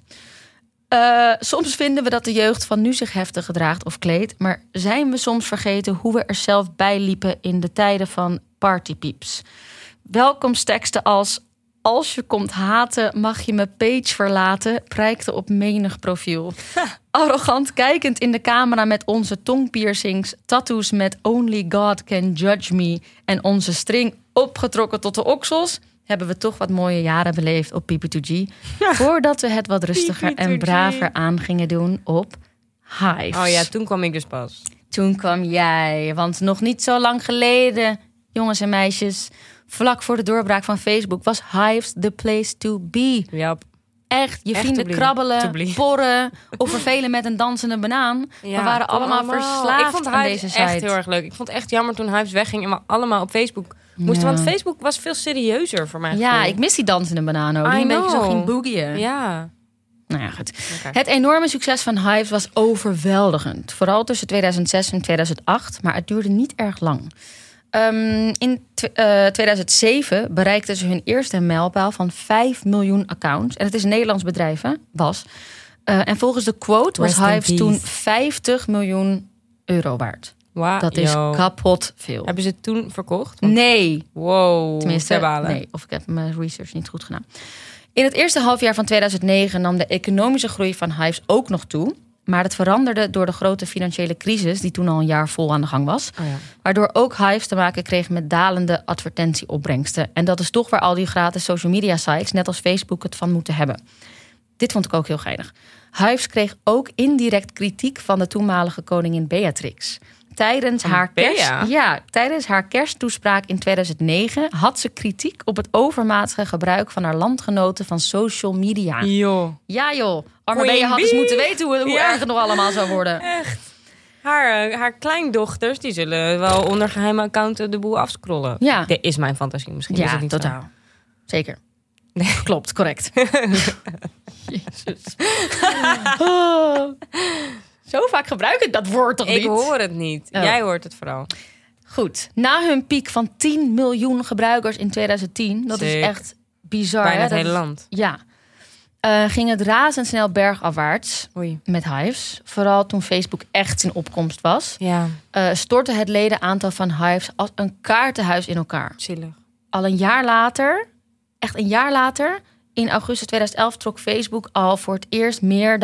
Soms vinden we dat de jeugd van nu zich heftig gedraagt of kleedt. Maar zijn we soms vergeten hoe we er zelf bij liepen in de tijden van partypieps? Welkomstteksten als... Als je komt haten, mag je mijn page verlaten, prijkte op menig profiel. Arrogant kijkend in de camera met onze tongpiercings, tattoos met Only God Can Judge Me en onze string opgetrokken tot de oksels, hebben we toch wat mooie jaren beleefd op PP2G. Voordat we het wat rustiger en PP2G. braver aan gingen doen op Hives. Oh ja, toen kwam ik dus pas. Toen kwam jij, want nog niet zo lang geleden, jongens en meisjes, vlak voor de doorbraak van Facebook was Hives the place to be. Ja. Echt, je Echt vrienden to be. krabbelen, To be. porren of vervelen met een dansende banaan. Ja, we waren allemaal verslaafd ik vond aan Hives deze site. echt heel erg leuk. Ik vond het echt jammer toen Hives wegging en we allemaal op Facebook moesten. Ja. Want Facebook was veel serieuzer voor mij. Ja, ik mis die dansende banaan ook. Die I een beetje zo know. ging boogieën. Ja. Nou ja, goed. Oké. Het enorme succes van Hives was overweldigend. Vooral tussen 2006 en 2008, maar het duurde niet erg lang. In 2007 bereikten ze hun eerste mijlpaal van 5 miljoen accounts. En het is een Nederlands bedrijf, hè? Was. En volgens de quote was Rest in Hives toen peace. 50 miljoen euro waard. Wow. Dat is kapot veel. Hebben ze het toen verkocht? Want- Nee, Wow. tenminste, nee. Of ik heb mijn research niet goed gedaan. In het eerste halfjaar van 2009 nam de economische groei van Hives ook nog toe. Maar het veranderde door de grote financiële crisis die toen al een jaar vol aan de gang was. Oh ja. Waardoor ook Hives te maken kreeg met dalende advertentieopbrengsten. En dat is toch waar al die gratis social media sites, net als Facebook, het van moeten hebben. Dit vond ik ook heel geinig. Hives kreeg ook indirect kritiek van de toenmalige koningin Beatrix. Tijdens haar kersttoespraak in 2009 had ze kritiek op het overmatige gebruik van haar landgenoten van social media. Joh. Ja joh, arme Queen Bea had eens Bee. moeten weten hoe Ja. erg het nog allemaal zou worden. Echt. Haar kleindochters, die zullen wel onder geheime account de boel afscrollen. Ja. Dit is mijn fantasie misschien. is Ja, het niet zo. totaal. Zeker. Klopt, correct. Jezus. Oh. Zo vaak gebruik ik dat woord toch Ik niet? hoor het niet. Oh. Jij hoort het vooral. Goed. Na hun piek van 10 miljoen gebruikers in 2010... dat is Sick. echt bizar. Bijna hè? het Dat hele is- land. Ja. Ging het razendsnel bergafwaarts Oei. met Hives. Vooral toen Facebook echt in opkomst was. Ja, Stortte het ledenaantal van Hives als een kaartenhuis in elkaar. zielig. Al een jaar later, echt een jaar later... in augustus 2011 trok Facebook al voor het eerst meer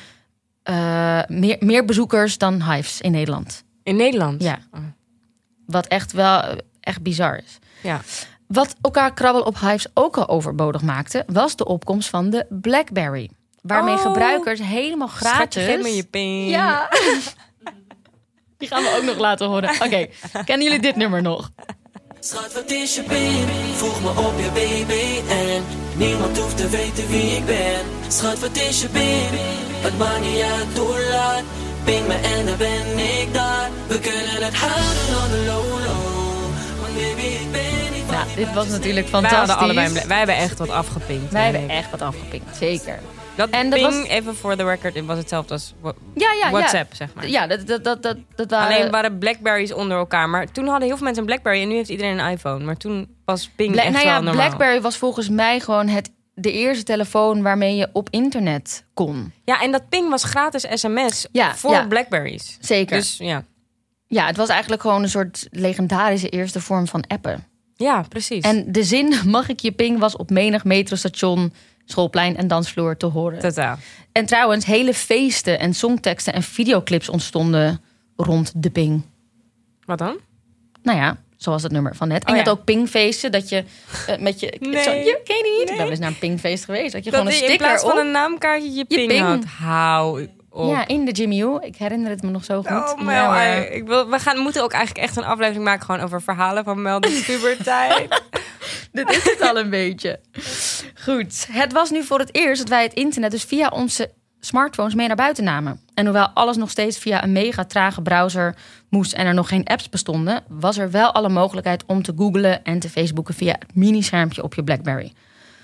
bezoekers dan Hives in Nederland. In Nederland? Ja. Oh. Wat echt wel echt bizar is. Ja. Wat elkaar krabbel op Hives ook al overbodig maakte... was de opkomst van de BlackBerry. Waarmee Oh. gebruikers helemaal gratis... Schatje, geef me je pin. Ja. Die gaan we ook nog laten horen. Oké, kennen jullie dit nummer nog? Schat, wat is je pin? Voeg me op je BBN. Niemand hoeft te weten wie ik ben. Schat, wat is je pin? Het maakt niet uit hoe laat. Ping me en dan ben ik daar. We kunnen het houden on the low low. Want baby, ik ben niet van Dit was natuurlijk Wij, fantastisch. wij hebben echt wat afgepinkt. Wij denk hebben ik. echt wat afgepinkt, zeker. Dat En dat ping, was- even voor the record, het was hetzelfde als Ja. WhatsApp, zeg maar. Ja, dat waren... Alleen waren Blackberries onder elkaar. Maar toen hadden heel veel mensen een Blackberry en nu heeft iedereen een iPhone. Maar toen was ping echt wel normaal. Blackberry was volgens mij gewoon de eerste telefoon waarmee je op internet kon. Ja, en dat ping was gratis sms Ja, voor ja. Blackberries. Zeker. Dus ja. Ja, het was eigenlijk gewoon een soort legendarische eerste vorm van appen. Ja, precies. En de zin mag ik je ping was op menig metrostation, schoolplein en dansvloer te horen. Totaal. En trouwens, hele feesten en songteksten en videoclips ontstonden rond de ping. Wat dan? Nou ja, zoals het nummer van net. En Oh je ja. had ook pingfeesten, dat je met je... Nee. Zo, je ken je niet? Nee. Ik ben wel eens naar een pingfeest geweest. Dat je Dat gewoon een je in sticker plaats van op... een naamkaartje je ping, ping. had. Hou op. Ja, in de Jimmy Woo. Ik herinner het me nog zo goed. Oh, Mel, Ja, maar- we moeten ook eigenlijk echt een aflevering maken gewoon over verhalen van Mel de puberteit. Dit is het al een beetje. Goed, het was nu voor het eerst dat wij het internet dus via onze smartphones mee naar buiten namen. En hoewel alles nog steeds via een mega trage browser moest en er nog geen apps bestonden, was er wel alle mogelijkheid om te googlen en te facebooken via het mini-schermpje op je BlackBerry.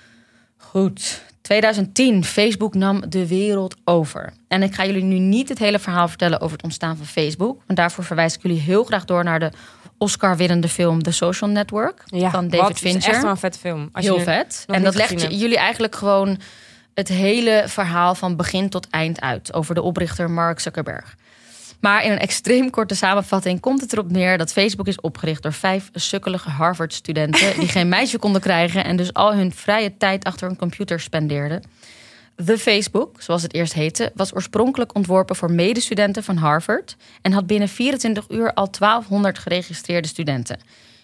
Goed, 2010, Facebook nam de wereld over. En ik ga jullie nu niet het hele verhaal vertellen over het ontstaan van Facebook, want daarvoor verwijs ik jullie heel graag door naar de Oscar-winnende film The Social Network van David Het Fincher. is echt wel een vette film. Als Heel je vet. nog En dat niet legt gezien hebt. jullie eigenlijk gewoon het hele verhaal van begin tot eind uit over de oprichter Mark Zuckerberg. Maar in een extreem korte samenvatting komt het erop neer dat Facebook is opgericht door 5 sukkelige Harvard-studenten die geen meisje konden krijgen en dus al hun vrije tijd achter een computer spendeerden. The Facebook, zoals het eerst heette, was oorspronkelijk ontworpen voor medestudenten van Harvard en had binnen 24 uur al 1200 geregistreerde studenten.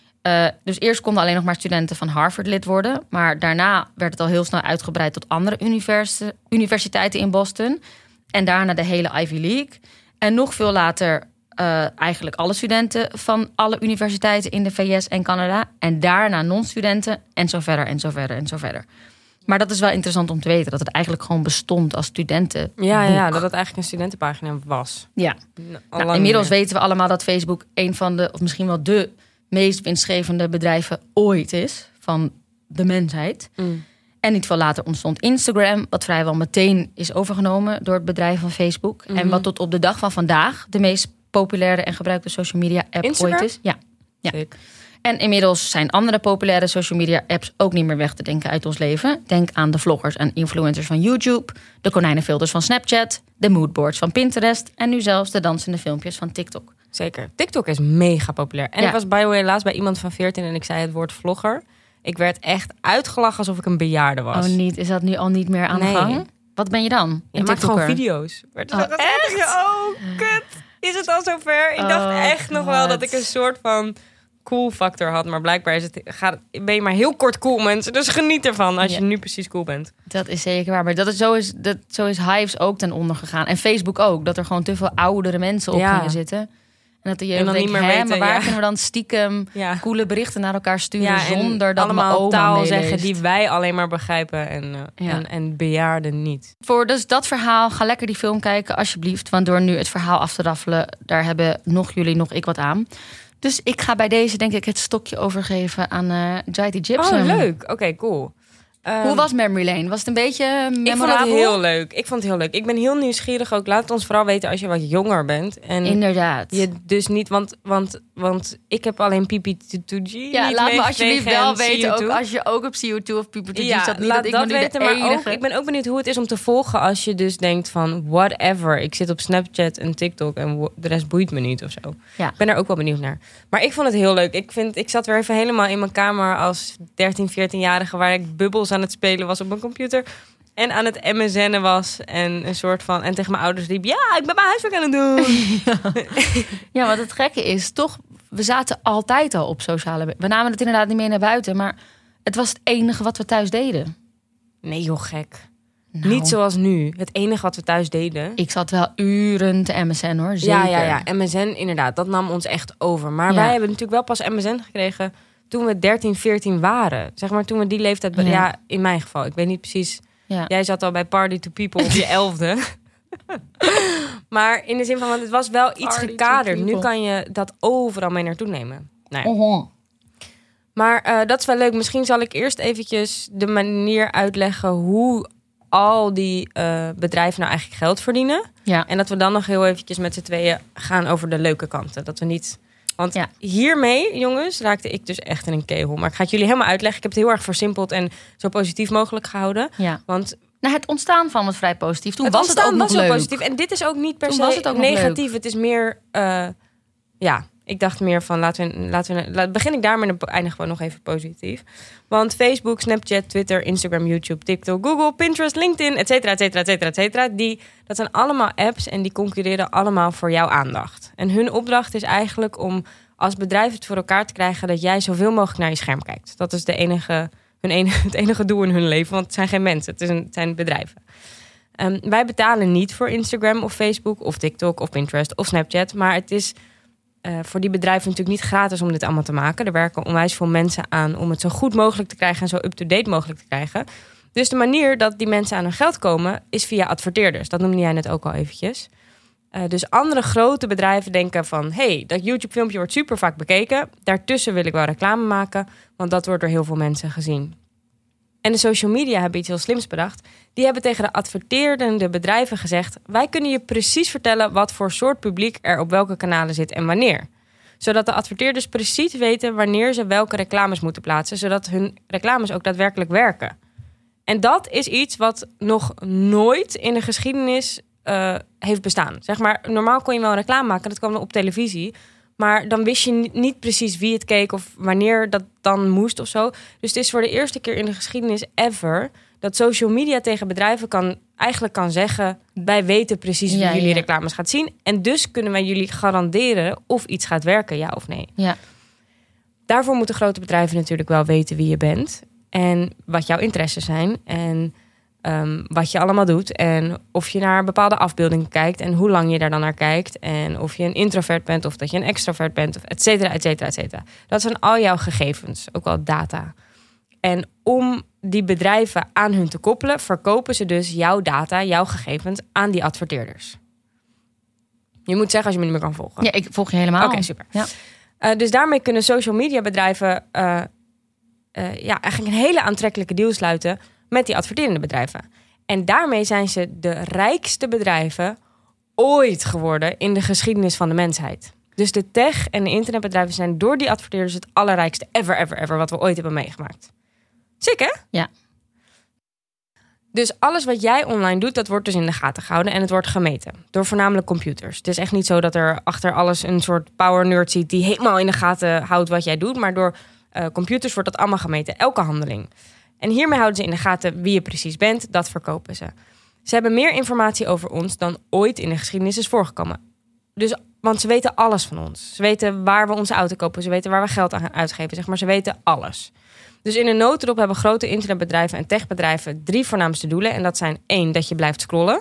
Dus eerst konden alleen nog maar studenten van Harvard lid worden, maar daarna werd het al heel snel uitgebreid tot andere universiteiten in Boston en daarna de hele Ivy League. En nog veel later eigenlijk alle studenten van alle universiteiten in de VS en Canada. En daarna non-studenten en zo verder en zo verder en zo verder. Maar dat is wel interessant om te weten, dat het eigenlijk gewoon bestond als studentenboek. Ja, dat het eigenlijk een studentenpagina was. Ja. Al Nou, lang inmiddels niet weten we allemaal dat Facebook een van de, of misschien wel de meest winstgevende bedrijven ooit is van de mensheid. meer. En niet veel later ontstond Instagram, wat vrijwel meteen is overgenomen door het bedrijf van Facebook. En wat tot op de dag van vandaag de meest populaire en gebruikte social media app Instagram? ooit is. Ja. Ja. Sick. En inmiddels zijn andere populaire social media apps ook niet meer weg te denken uit ons leven. Denk aan de vloggers en influencers van YouTube, de konijnenfilters van Snapchat, de moodboards van Pinterest en nu zelfs de dansende filmpjes van TikTok. Zeker. TikTok is mega populair. En Ja. ik was by the way laatst bij iemand van 14 en ik zei het woord vlogger. Ik werd echt uitgelachen alsof ik een bejaarde was. Oh, niet? Is dat nu al niet meer aan de Nee. gang? Wat ben je dan? Je Een maakt gewoon TikToker? video's. Werd Oh, echt? Oh, kut. Is het al zover? Ik dacht Oh, echt nog wel God. dat ik een soort van cool factor had. Maar blijkbaar ben je maar heel kort cool, mensen. Dus geniet ervan als Ja. je nu precies cool bent. Dat is zeker waar. Maar zo is Hives ook ten onder gegaan. En Facebook ook. Dat er gewoon te veel oudere mensen op Ja. gingen zitten. En dat de En jeugd dan denkt, niet meer weten, maar waar ja. kunnen we dan stiekem Ja. coole berichten naar elkaar sturen Ja, en zonder dat mijn allemaal oma taal meeleest? zeggen die wij alleen maar begrijpen en bejaarden niet. Voor dus dat verhaal, ga lekker die film kijken alsjeblieft. Want door nu het verhaal af te raffelen, daar hebben nog jullie, nog ik wat aan. Dus ik ga bij deze denk ik het stokje overgeven aan Jytie Gibson. Oh, leuk. Oké, cool. Hoe was Memory Lane? Was het een beetje memorabel? Ik vond het heel leuk. Ik ben heel nieuwsgierig ook. Laat het ons vooral weten als je wat jonger bent. En Inderdaad. je dus niet, want ik heb alleen PP2G. Ja, niet laat me alsjeblieft meegekregen wel en weten, CO2. ook als je ook op CO2 of People to Ja, zat. Niet laat dat ik dat me nu weten, de maar enige... ook, ik ben ook benieuwd hoe het is om te volgen als je dus denkt van whatever. Ik zit op Snapchat en TikTok en de rest boeit me niet of zo. Ja. Ik ben er ook wel benieuwd naar. Maar ik vond het heel leuk. Ik zat weer even helemaal in mijn kamer als 13, 14-jarige waar ik bubbels aan het spelen was op mijn computer. En aan het MSN'en was en een soort van... En tegen mijn ouders riep, ja, ik ben mijn huiswerk aan het doen. Ja, want het gekke is toch... We zaten altijd al op sociale... We namen het inderdaad niet mee naar buiten, maar het was het enige wat we thuis deden. Nee joh, gek. Nou, Niet zoals nu. Het enige wat we thuis deden. Ik zat wel uren te MSN hoor, zeker. Ja. MSN, inderdaad. Dat nam ons echt over. Maar Ja. wij hebben natuurlijk wel pas MSN gekregen toen we 13, 14 waren. Zeg maar toen we die leeftijd... Ja, in mijn geval. Ik weet niet precies... Ja. Jij zat al bij Party to People op je 11e. Maar in de zin van... Want het was wel iets Party to gekaderd. Nu People. kan je dat overal mee naartoe nemen. Nou ja. Oh. Maar dat is wel leuk. Misschien zal ik eerst eventjes de manier uitleggen hoe al die bedrijven nou eigenlijk geld verdienen. Ja. En dat we dan nog heel eventjes met z'n tweeën gaan over de leuke kanten. Dat we niet... Want hiermee, jongens, raakte ik dus echt in een kegel. Maar ik ga het jullie helemaal uitleggen. Ik heb het heel erg versimpeld en zo positief mogelijk gehouden. Ja. Want het ontstaan van was vrij positief. Toen het was het ook nog leuk. positief. En dit is ook niet per Toen was se het ook nog negatief. leuk. Het is meer... ik dacht meer van begin ik daar, maar dan eindig gewoon nog even positief. Want Facebook, Snapchat, Twitter, Instagram, YouTube, TikTok, Google, Pinterest, LinkedIn, et cetera, et cetera, et cetera, et cetera. Dat zijn allemaal apps en die concurreren allemaal voor jouw aandacht. En hun opdracht is eigenlijk om als bedrijf het voor elkaar te krijgen dat jij zoveel mogelijk naar je scherm kijkt. Dat is het enige doel in hun leven, want het zijn geen mensen, het zijn bedrijven. Wij betalen niet voor Instagram of Facebook of TikTok of Pinterest of Snapchat, maar het is voor die bedrijven natuurlijk niet gratis om dit allemaal te maken. Er werken onwijs veel mensen aan om het zo goed mogelijk te krijgen en zo up-to-date mogelijk te krijgen. Dus de manier dat die mensen aan hun geld komen is via adverteerders. Dat noemde jij net ook al eventjes. Dus andere grote bedrijven denken van... hey, dat YouTube-filmpje wordt super vaak bekeken. Daartussen wil ik wel reclame maken, want dat wordt door heel veel mensen gezien. En de social media hebben iets heel slims bedacht. Die hebben tegen de adverteerdende bedrijven gezegd... wij kunnen je precies vertellen wat voor soort publiek er op welke kanalen zit en wanneer. Zodat de adverteerders precies weten wanneer ze welke reclames moeten plaatsen... zodat hun reclames ook daadwerkelijk werken. En dat is iets wat nog nooit in de geschiedenis heeft bestaan. Zeg maar, normaal kon je wel een reclame maken, dat kwam dan op televisie... maar dan wist je niet precies wie het keek of wanneer dat dan moest of zo. Dus het is voor de eerste keer in de geschiedenis ever... dat social media tegen bedrijven kan zeggen... wij weten precies wie jullie reclames gaat zien... en dus kunnen wij jullie garanderen of iets gaat werken, ja of nee. Ja. Daarvoor moeten grote bedrijven natuurlijk wel weten wie je bent... en wat jouw interesses zijn en wat je allemaal doet... en of je naar bepaalde afbeeldingen kijkt... en hoe lang je daar dan naar kijkt... en of je een introvert bent of dat je een extrovert bent... et cetera, et cetera, et cetera. Dat zijn al jouw gegevens, ook wel data. En om die bedrijven aan hun te koppelen... verkopen ze dus jouw data, jouw gegevens... aan die adverteerders. Je moet zeggen als je me niet meer kan volgen. Ja, ik volg je helemaal. Oké, super. Ja. Dus daarmee kunnen social media bedrijven... eigenlijk een hele aantrekkelijke deal sluiten... met die adverterende bedrijven. En daarmee zijn ze de rijkste bedrijven... ooit geworden in de geschiedenis van de mensheid. Dus de tech- en de internetbedrijven zijn door die adverteerders... het allerrijkste ever wat we ooit hebben meegemaakt. Sick, hè? Ja. Dus alles wat jij online doet, dat wordt dus in de gaten gehouden... en het wordt gemeten door voornamelijk computers. Het is echt niet zo dat er achter alles een soort power nerd zit... die helemaal in de gaten houdt wat jij doet... maar door computers wordt dat allemaal gemeten, elke handeling. En hiermee houden ze in de gaten wie je precies bent, dat verkopen ze. Ze hebben meer informatie over ons dan ooit in de geschiedenis is voorgekomen. Dus, want ze weten alles van ons. Ze weten waar we onze auto kopen, ze weten waar we geld aan uitgeven, zeg maar. Ze weten alles. Dus in een notendop hebben grote internetbedrijven en techbedrijven 3 voornaamste doelen. En dat zijn 1, dat je blijft scrollen.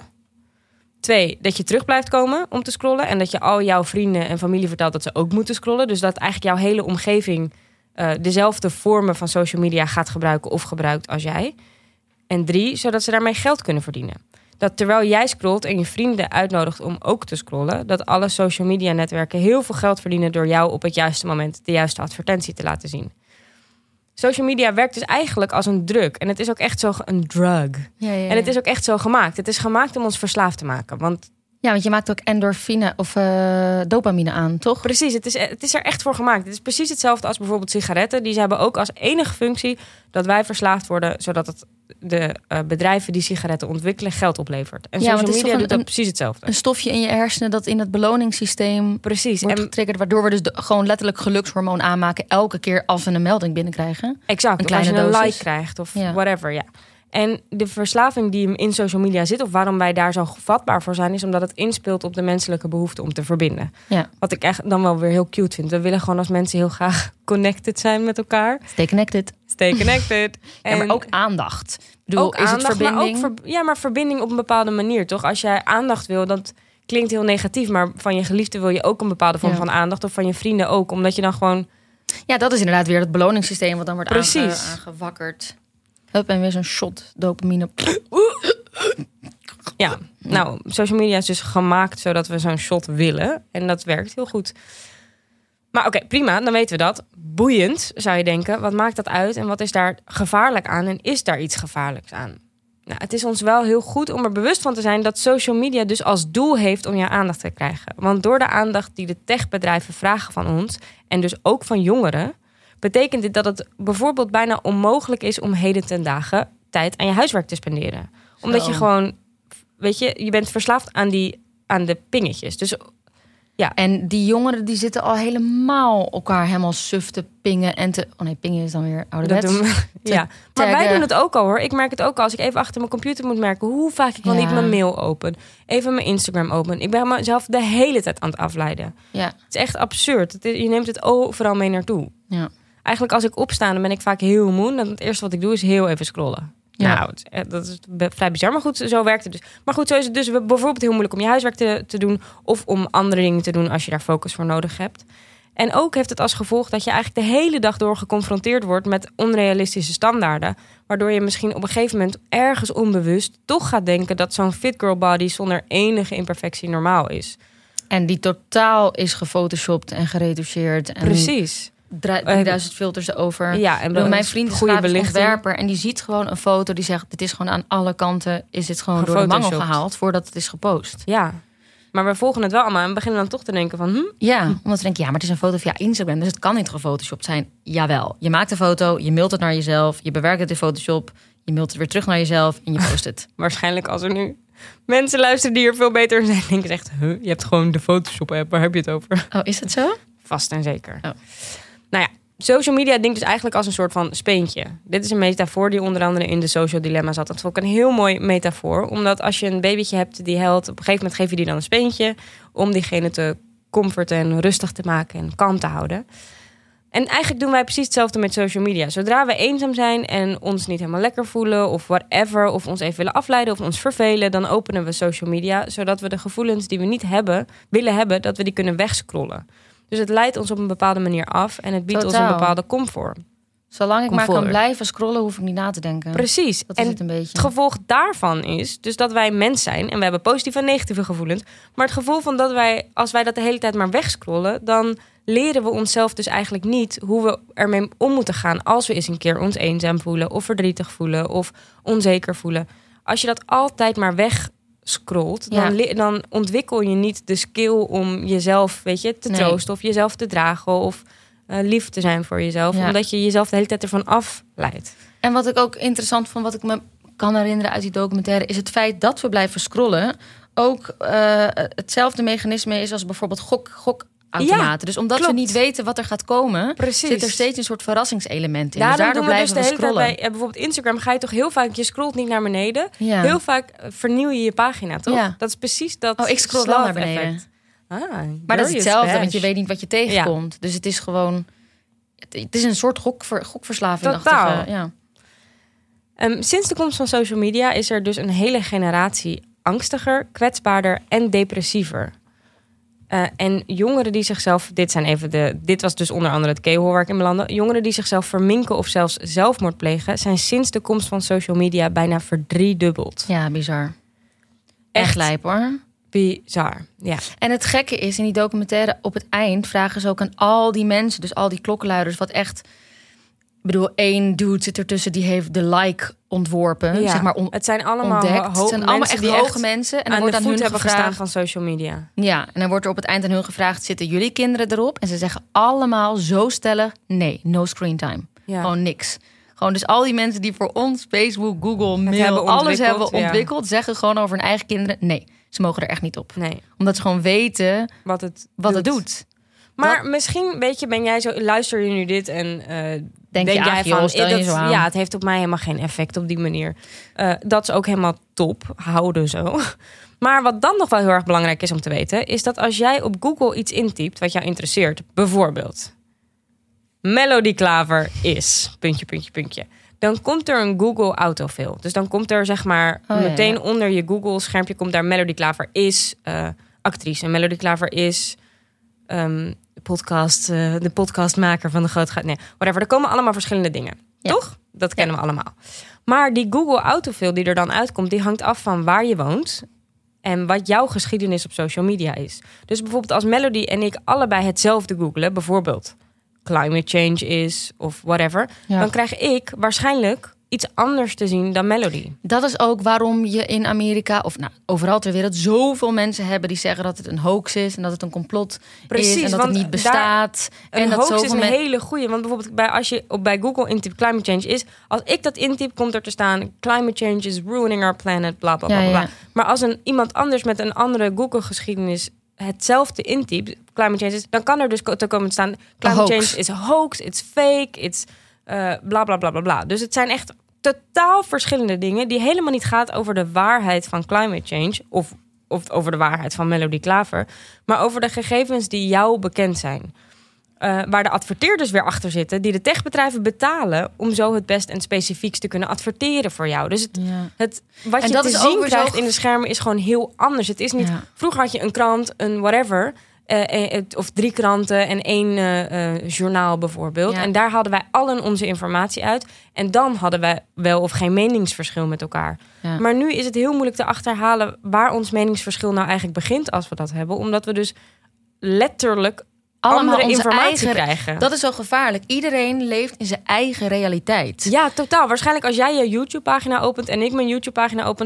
2, dat je terug blijft komen om te scrollen. En dat je al jouw vrienden en familie vertelt dat ze ook moeten scrollen. Dus dat eigenlijk jouw hele omgeving dezelfde vormen van social media gaat gebruiken of gebruikt als jij. En 3, zodat ze daarmee geld kunnen verdienen. Dat terwijl jij scrolt en je vrienden uitnodigt om ook te scrollen... dat alle social media netwerken heel veel geld verdienen... door jou op het juiste moment de juiste advertentie te laten zien. Social media werkt dus eigenlijk als een drug. En het is ook echt zo een drug. Ja. En het is ook echt zo gemaakt. Het is gemaakt om ons verslaafd te maken. Want je maakt ook endorfine of dopamine aan, toch? precies, het is er echt voor gemaakt. Het is precies hetzelfde als bijvoorbeeld sigaretten. Die hebben ook als enige functie dat wij verslaafd worden... zodat de bedrijven die sigaretten ontwikkelen geld oplevert. En social media doet dat precies hetzelfde. Een stofje in je hersenen dat in het beloningssysteem wordt getriggerd... waardoor we dus gewoon letterlijk gelukshormoon aanmaken... elke keer als we een melding binnenkrijgen. Exact, een of als je kleine een dosis. like krijgt of whatever, ja. En de verslaving die in social media zit... of waarom wij daar zo vatbaar voor zijn... is omdat het inspeelt op de menselijke behoefte om te verbinden. Ja. Wat ik echt dan wel weer heel cute vind. We willen gewoon als mensen heel graag connected zijn met elkaar. Stay connected. Stay connected. Ja, maar ook aandacht. Ik bedoel, ook is aandacht, het verbinding? maar ook maar verbinding op een bepaalde manier, toch? Als jij aandacht wil, dat klinkt heel negatief... maar van je geliefde wil je ook een bepaalde vorm van aandacht... of van je vrienden ook, omdat je dan gewoon... Ja, dat is inderdaad weer het beloningssysteem... wat dan wordt precies aangewakkerd. Hup, en weer zo'n shot dopamine. Ja, nou, social media is dus gemaakt zodat we zo'n shot willen. En dat werkt heel goed. Maar oké, prima, dan weten we dat. Boeiend, zou je denken. Wat maakt dat uit en wat is daar gevaarlijk aan? En is daar iets gevaarlijks aan? Nou, het is ons wel heel goed om er bewust van te zijn dat social media dus als doel heeft om jouw aandacht te krijgen. Want door de aandacht die de techbedrijven vragen van ons, en dus ook van jongeren, betekent dit dat het bijvoorbeeld bijna onmogelijk is om heden ten dagen tijd aan je huiswerk te spenderen. Omdat je gewoon, weet je bent verslaafd aan de pingetjes. Dus ja. En die jongeren die zitten al helemaal elkaar helemaal suf te pingen en te... Oh nee, pingen is dan weer ouderwets. Dat doen we. Ja. Maar wij doen het ook al hoor. Ik merk het ook al. Als ik even achter mijn computer moet merken hoe vaak ik wel niet mijn mail open. Even mijn Instagram open. Ik ben mezelf de hele tijd aan het afleiden. Ja. Het is echt absurd. Je neemt het overal mee naartoe. Ja. Eigenlijk als ik opsta, dan ben ik vaak heel moe. Dan het eerste wat ik doe is heel even scrollen. Ja. Nou, dat is vrij bizar, maar goed, zo werkt het dus. Maar goed, zo is het dus bijvoorbeeld heel moeilijk om je huiswerk te doen of om andere dingen te doen als je daar focus voor nodig hebt. En ook heeft het als gevolg dat je eigenlijk de hele dag door geconfronteerd wordt met onrealistische standaarden, waardoor je misschien op een gegeven moment ergens onbewust toch gaat denken dat zo'n fit girl body zonder enige imperfectie normaal is. En die totaal is gefotoshopt en geretoucheerd. En precies. 3000 filters erover. Ja, en mijn vriend is grafisch ontwerper en die ziet gewoon een foto die zegt: dit is gewoon aan alle kanten, is dit gewoon door de mangel gehaald voordat het is gepost. Ja, maar we volgen het wel allemaal en beginnen dan toch te denken van Ja, omdat we denken, ja, maar het is een foto via Instagram, dus het kan niet gefotoshopt zijn. Jawel, je maakt een foto, je mailt het naar jezelf, je bewerkt het in Photoshop, je mailt het weer terug naar jezelf en je post het. Waarschijnlijk als er nu mensen luisteren die er veel beter in zijn, denken ze echt, je hebt gewoon de Photoshop app, waar heb je het over? Oh, is dat zo? Vast en zeker. Oh. Nou ja, social media denkt dus eigenlijk als een soort van speentje. Dit is een metafoor die onder andere in de Social Dilemma zat. Dat vond ik een heel mooi metafoor. Omdat als je een babytje hebt die huilt, op een gegeven moment geef je die dan een speentje om diegene te comforten en rustig te maken en kalm te houden. En eigenlijk doen wij precies hetzelfde met social media. Zodra we eenzaam zijn en ons niet helemaal lekker voelen of whatever, of ons even willen afleiden of ons vervelen, dan openen we social media, zodat we de gevoelens die we niet willen hebben, dat we die kunnen wegscrollen. Dus het leidt ons op een bepaalde manier af en het biedt ons een bepaalde comfort. Zolang ik maar kan blijven scrollen, hoef ik niet na te denken. Precies. Dat is het een beetje. Het gevolg daarvan is dus dat wij mens zijn en we hebben positieve en negatieve gevoelens. Maar het gevolg van dat als wij dat de hele tijd maar wegscrollen, dan leren we onszelf dus eigenlijk niet hoe we ermee om moeten gaan als we eens een keer ons eenzaam voelen of verdrietig voelen of onzeker voelen. Als je dat altijd maar wegscrolt, dan ontwikkel je niet de skill om jezelf, te troosten of jezelf te dragen of lief te zijn voor jezelf, omdat je jezelf de hele tijd ervan afleidt. En wat ik ook interessant vond, wat ik me kan herinneren uit die documentaire, is het feit dat we blijven scrollen ook hetzelfde mechanisme is als bijvoorbeeld gokautomaten. Ja, dus omdat we niet weten wat er gaat komen, zit er steeds een soort verrassingselement in. Ja, dus daardoor blijven we scrollen. Bij bijvoorbeeld Instagram ga je toch heel vaak, je scrolt niet naar beneden. Ja. Heel vaak vernieuw je je pagina, toch? Ja. Dat is precies dat. Oh, ik scroll wel naar beneden. Maar dat is hetzelfde, want je weet niet wat je tegenkomt. Ja. Dus het is gewoon, het is een soort gokverslaving. Totaal. Ja. Sinds de komst van social media is er dus een hele generatie angstiger, kwetsbaarder en depressiever. En jongeren die zichzelf, dit was dus onder andere het K-hol waar ik in belandde. Jongeren die zichzelf verminken of zelfs zelfmoord plegen, zijn sinds de komst van social media bijna verdriedubbeld. Ja, bizar. Echt lijp hoor. Bizar, ja. En het gekke is, in die documentaire op het eind vragen ze ook aan al die mensen, dus al die klokkenluiders, wat echt, ik bedoel, één dude zit ertussen die heeft de like ontworpen, ja. zeg maar het zijn allemaal het zijn allemaal echt hoge mensen en dan wordt aan hun hebben gevraagd, gestaan van social media. Ja, en dan wordt er op het eind aan hun gevraagd, zitten jullie kinderen erop? En ze zeggen allemaal zo stellig, nee, no screen time. Ja. Gewoon niks. Gewoon dus al die mensen die voor ons Facebook, Google, mail, alles hebben ontwikkeld, zeggen gewoon over hun eigen kinderen, nee. Ze mogen er echt niet op. Nee. Omdat ze gewoon weten wat het doet. Maar misschien, ben jij zo, luister je nu dit en denk jij van, het heeft op mij helemaal geen effect op die manier. Dat is ook helemaal top. Houden zo. Maar wat dan nog wel heel erg belangrijk is om te weten, is dat als jij op Google iets intypt wat jou interesseert, bijvoorbeeld Melody Klaver is, ... Dan komt er een Google autofill. Dus dan komt er meteen onder je Google schermpje komt daar Melody Klaver is actrice. Melody Klaver is de podcastmaker van de Grootgaat. Nee, whatever. Er komen allemaal verschillende dingen. Ja. Toch? Dat kennen we allemaal. Maar die Google autofill die er dan uitkomt, die hangt af van waar je woont en wat jouw geschiedenis op social media is. Dus bijvoorbeeld als Melody en ik allebei hetzelfde googlen, bijvoorbeeld climate change is of whatever, dan krijg ik waarschijnlijk iets anders te zien dan Melody. Dat is ook waarom je in Amerika, of overal ter wereld, zoveel mensen hebben die zeggen dat het een hoax is en dat het een complot is en dat het niet bestaat. Een dat hoax is een hele goeie. Want bijvoorbeeld als je bij Google intypt climate change is, als ik dat intyp, komt er te staan climate change is ruining our planet, bla bla bla. Bla. Maar als iemand anders met een andere Google-geschiedenis hetzelfde intypt, climate change is, dan kan er dus te komen te staan climate change is a hoax, it's fake, it's bla bla bla bla bla. Dus het zijn echt totaal verschillende dingen die helemaal niet gaat over de waarheid van climate change of over de waarheid van Melody Klaver, maar over de gegevens die jou bekend zijn. Waar de adverteerders weer achter zitten, die de techbedrijven betalen om zo het best en specifiekst te kunnen adverteren voor jou. Dus wat je te zien krijgt in de schermen is gewoon heel anders. Het is niet. Vroeger had je een krant, een whatever, of 3 kranten en 1 journaal bijvoorbeeld. Ja. En daar hadden wij allen onze informatie uit. En dan hadden wij wel of geen meningsverschil met elkaar. Ja. Maar nu is het heel moeilijk te achterhalen waar ons meningsverschil nou eigenlijk begint als we dat hebben. Omdat we dus letterlijk allemaal andere informatie krijgen. Dat is zo gevaarlijk. Iedereen leeft in zijn eigen realiteit. Ja, totaal. Waarschijnlijk als jij je YouTube-pagina opent en ik mijn YouTube-pagina open,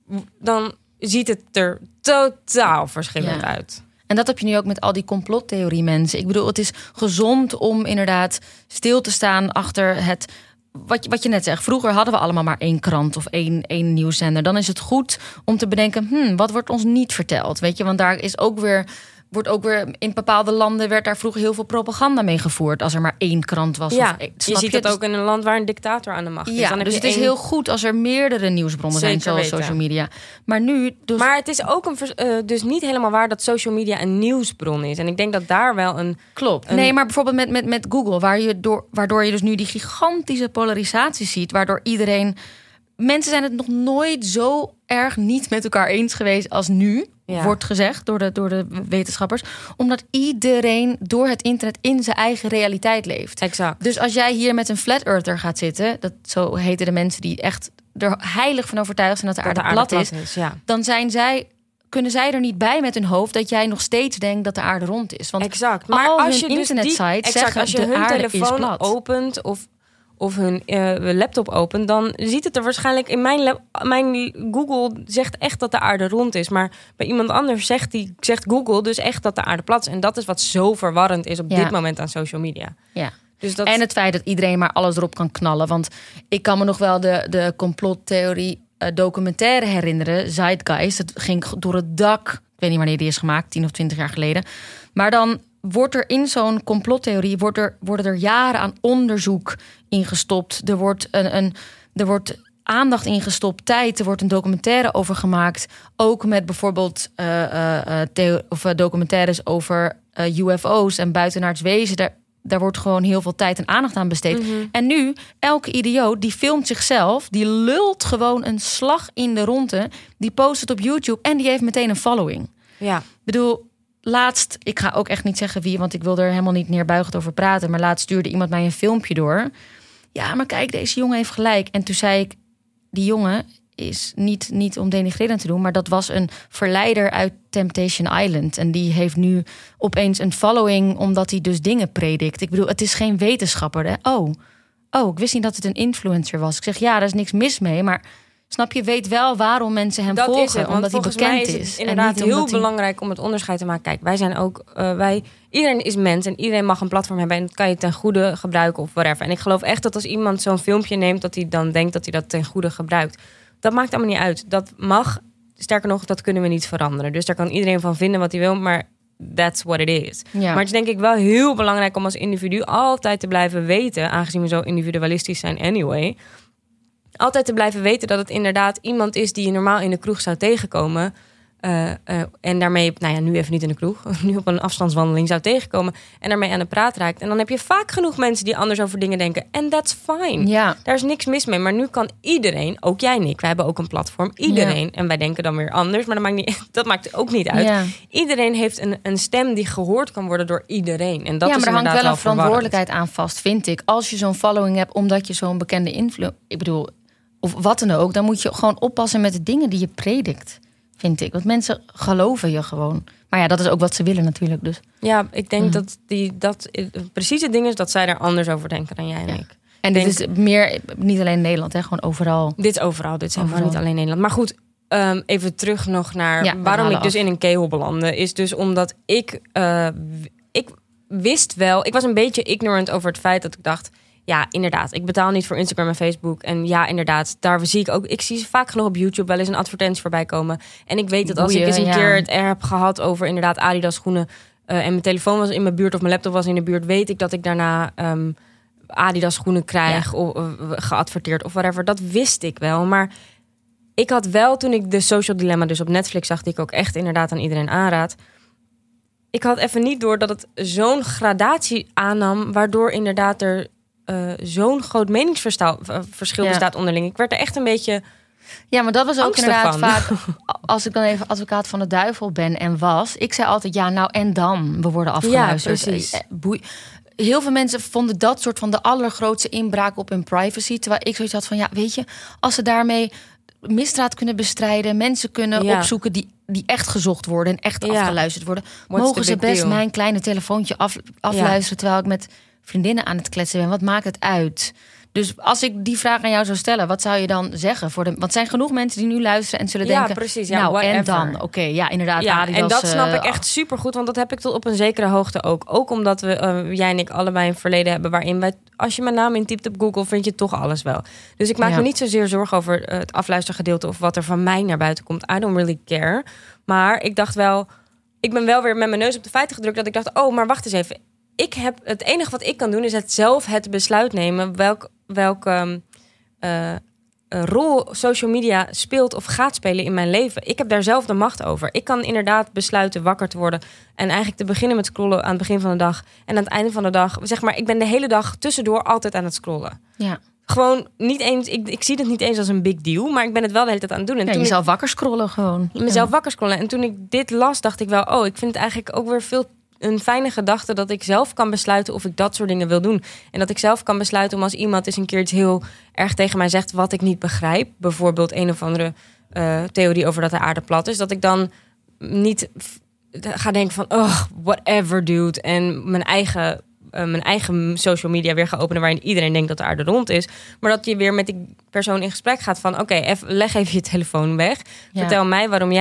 dan ziet het er totaal verschillend uit. En dat heb je nu ook met al die complottheorie mensen. Ik bedoel, het is gezond om inderdaad stil te staan achter het wat je net zegt. Vroeger hadden we allemaal maar 1 krant of één nieuwszender. Dan is het goed om te bedenken, wat wordt ons niet verteld? Weet je, want daar is wordt ook weer in bepaalde landen werd daar vroeger heel veel propaganda mee gevoerd als er maar 1 krant was. Ja, je ziet het ook in een land waar een dictator aan de macht is. Ja, dus het is heel goed als er meerdere nieuwsbronnen zijn, zoals social media. Maar nu, maar het is ook dus niet helemaal waar dat social media een nieuwsbron is. En ik denk dat daar wel een klopt. Nee, maar bijvoorbeeld met Google, waardoor je dus nu die gigantische polarisatie ziet, waardoor iedereen. Mensen zijn het nog nooit zo erg niet met elkaar eens geweest als nu. Wordt gezegd door de wetenschappers. Omdat iedereen door het internet in zijn eigen realiteit leeft. Exact. Dus als jij hier met een flat earther gaat zitten, dat zo heten de mensen die echt er heilig van overtuigd zijn dat de aarde plat is. Dan kunnen zij er niet bij met hun hoofd dat jij nog steeds denkt dat de aarde rond is. Want exact. Maar als je internetsites zeggen als je de hun aarde telefoon is plat. opent of hun laptop opent, dan ziet het er waarschijnlijk in mijn Google zegt echt dat de aarde rond is. Maar bij iemand anders zegt Google dus echt dat de aarde plat is. En dat is wat zo verwarrend is op dit moment aan social media. Ja. Dus en het feit dat iedereen maar alles erop kan knallen. Want ik kan me nog wel de complottheorie documentaire herinneren. Zeitgeist, het ging door het dak. Ik weet niet wanneer die is gemaakt, 10 of 20 jaar geleden. Maar dan wordt er in zo'n complottheorie worden er jaren aan onderzoek ingestopt. Er wordt aandacht ingestopt, tijd. Er wordt een documentaire over gemaakt. Ook met bijvoorbeeld documentaires over UFO's en buitenaards wezen. Daar wordt gewoon heel veel tijd en aandacht aan besteed. Mm-hmm. En nu, elke idioot die filmt zichzelf, die lult gewoon een slag in de ronde, die post het op YouTube en die heeft meteen een following. Ja. Ik bedoel, laatst, ik ga ook echt niet zeggen wie, want ik wil er helemaal niet neerbuigend over praten, maar laatst stuurde iemand mij een filmpje door. Ja, maar kijk, deze jongen heeft gelijk. En toen zei ik, die jongen is niet om denigrerend te doen, maar dat was een verleider uit Temptation Island. En die heeft nu opeens een following omdat hij dus dingen predikt. Ik bedoel, het is geen wetenschapper. Hè? Oh, ik wist niet dat het een influencer was. Ik zeg, ja, daar is niks mis mee, maar snap je, weet wel waarom mensen hem volgen. Is het, omdat hij bekend is. Het is inderdaad heel belangrijk om het onderscheid te maken. Kijk, wij zijn ook, iedereen is mens en iedereen mag een platform hebben en dat kan je ten goede gebruiken of whatever. En ik geloof echt dat als iemand zo'n filmpje neemt, dat hij dan denkt dat hij dat ten goede gebruikt. Dat maakt allemaal niet uit. Dat mag, sterker nog, dat kunnen we niet veranderen. Dus daar kan iedereen van vinden wat hij wil, maar that's what it is. Ja. Maar het is denk ik wel heel belangrijk om als individu altijd te blijven weten, aangezien we zo individualistisch zijn anyway, altijd te blijven weten dat het inderdaad iemand is die je normaal in de kroeg zou tegenkomen. En daarmee, nu even niet in de kroeg, nu op een afstandswandeling zou tegenkomen en daarmee aan de praat raakt. En dan heb je vaak genoeg mensen die anders over dingen denken. En that's fine. Ja. Daar is niks mis mee. Maar nu kan iedereen, ook jij en ik, wij hebben ook een platform. Iedereen, en wij denken dan weer anders, maar dat maakt ook niet uit. Ja. Iedereen heeft een stem die gehoord kan worden door iedereen. En dat is maar er hangt wel een verantwoordelijkheid verwarrend aan vast, vind ik. Als je zo'n following hebt, omdat je zo'n bekende invloed, ik bedoel, of wat dan ook, dan moet je gewoon oppassen met de dingen die je predikt. vind ik. Want mensen geloven je gewoon. Maar ja, dat is ook wat ze willen natuurlijk. Dus. Ja, ik denk dat precies het ding is dat zij er anders over denken dan jij en ik. En dit is meer, niet alleen in Nederland, hè, gewoon overal. Dit is overal, dit is helemaal niet alleen Nederland. Maar goed, even terug nog naar waarom ik dus in een kegel belandde. Is dus omdat ik wist wel, ik was een beetje ignorant over het feit dat ik dacht, ja, inderdaad, ik betaal niet voor Instagram en Facebook. En ja, inderdaad, daar zie ik zie vaak genoeg op YouTube wel eens een advertentie voorbij komen. En ik weet dat als ik eens een keer het heb gehad over inderdaad Adidas schoenen en mijn telefoon was in mijn buurt of mijn laptop was in de buurt, weet ik dat ik daarna Adidas schoenen krijg of geadverteerd of whatever. Dat wist ik wel, maar ik had wel, toen ik de Social Dilemma dus op Netflix zag, die ik ook echt inderdaad aan iedereen aanraad, ik had even niet door dat het zo'n gradatie aannam, waardoor inderdaad er zo'n groot meningsverschil bestaat onderling. Ik werd er echt een beetje Ja, maar dat was ook inderdaad van. vaak, als ik dan even advocaat van de duivel ben en was, ik zei altijd, ja, nou en dan, we worden afgeluisterd. Ja, precies. Heel veel mensen vonden dat soort van de allergrootste inbraak op hun privacy. Terwijl ik zoiets had van, ja, weet je, als ze daarmee misdaad kunnen bestrijden, mensen kunnen opzoeken die echt gezocht worden en echt afgeluisterd worden, mogen ze best mijn kleine telefoontje afluisteren terwijl ik met vriendinnen aan het kletsen ben. Wat maakt het uit? Dus als ik die vraag aan jou zou stellen, wat zou je dan zeggen? Want er zijn genoeg mensen die nu luisteren en zullen denken, precies, nou, whatever. En dan? Oké, ja, inderdaad. Ja, Adidas, en dat snap ik echt supergoed, want dat heb ik tot op een zekere hoogte ook. Ook omdat jij en ik allebei een verleden hebben waarin wij, als je mijn naam intypt op Google, vind je toch alles wel. Dus ik maak me niet zozeer zorgen over het afluistergedeelte of wat er van mij naar buiten komt. I don't really care. Maar ik dacht wel, ik ben wel weer met mijn neus op de feiten gedrukt, dat ik dacht, oh, maar wacht eens even. Het enige wat ik kan doen is het besluit nemen welke rol social media speelt of gaat spelen in mijn leven. Ik heb daar zelf de macht over. Ik kan inderdaad besluiten wakker te worden en eigenlijk te beginnen met scrollen aan het begin van de dag en aan het einde van de dag, zeg maar, ik ben de hele dag tussendoor altijd aan het scrollen. Ja. Gewoon niet eens, ik zie het niet eens als een big deal, maar ik ben het wel de hele tijd aan het doen. En toen jezelf wakker scrollen gewoon. Mezelf wakker scrollen. En toen ik dit las, dacht ik wel, oh, ik vind het eigenlijk ook weer een fijne gedachte dat ik zelf kan besluiten of ik dat soort dingen wil doen. En dat ik zelf kan besluiten om als iemand eens een keer iets heel erg tegen mij zegt wat ik niet begrijp. Bijvoorbeeld een of andere theorie over dat de aarde plat is. Dat ik dan niet ga denken van, oh, whatever dude. En mijn eigen social media weer ga openen waarin iedereen denkt dat de aarde rond is. Maar dat je weer met die persoon in gesprek gaat van, oké, leg even je telefoon weg. Ja. Vertel mij waarom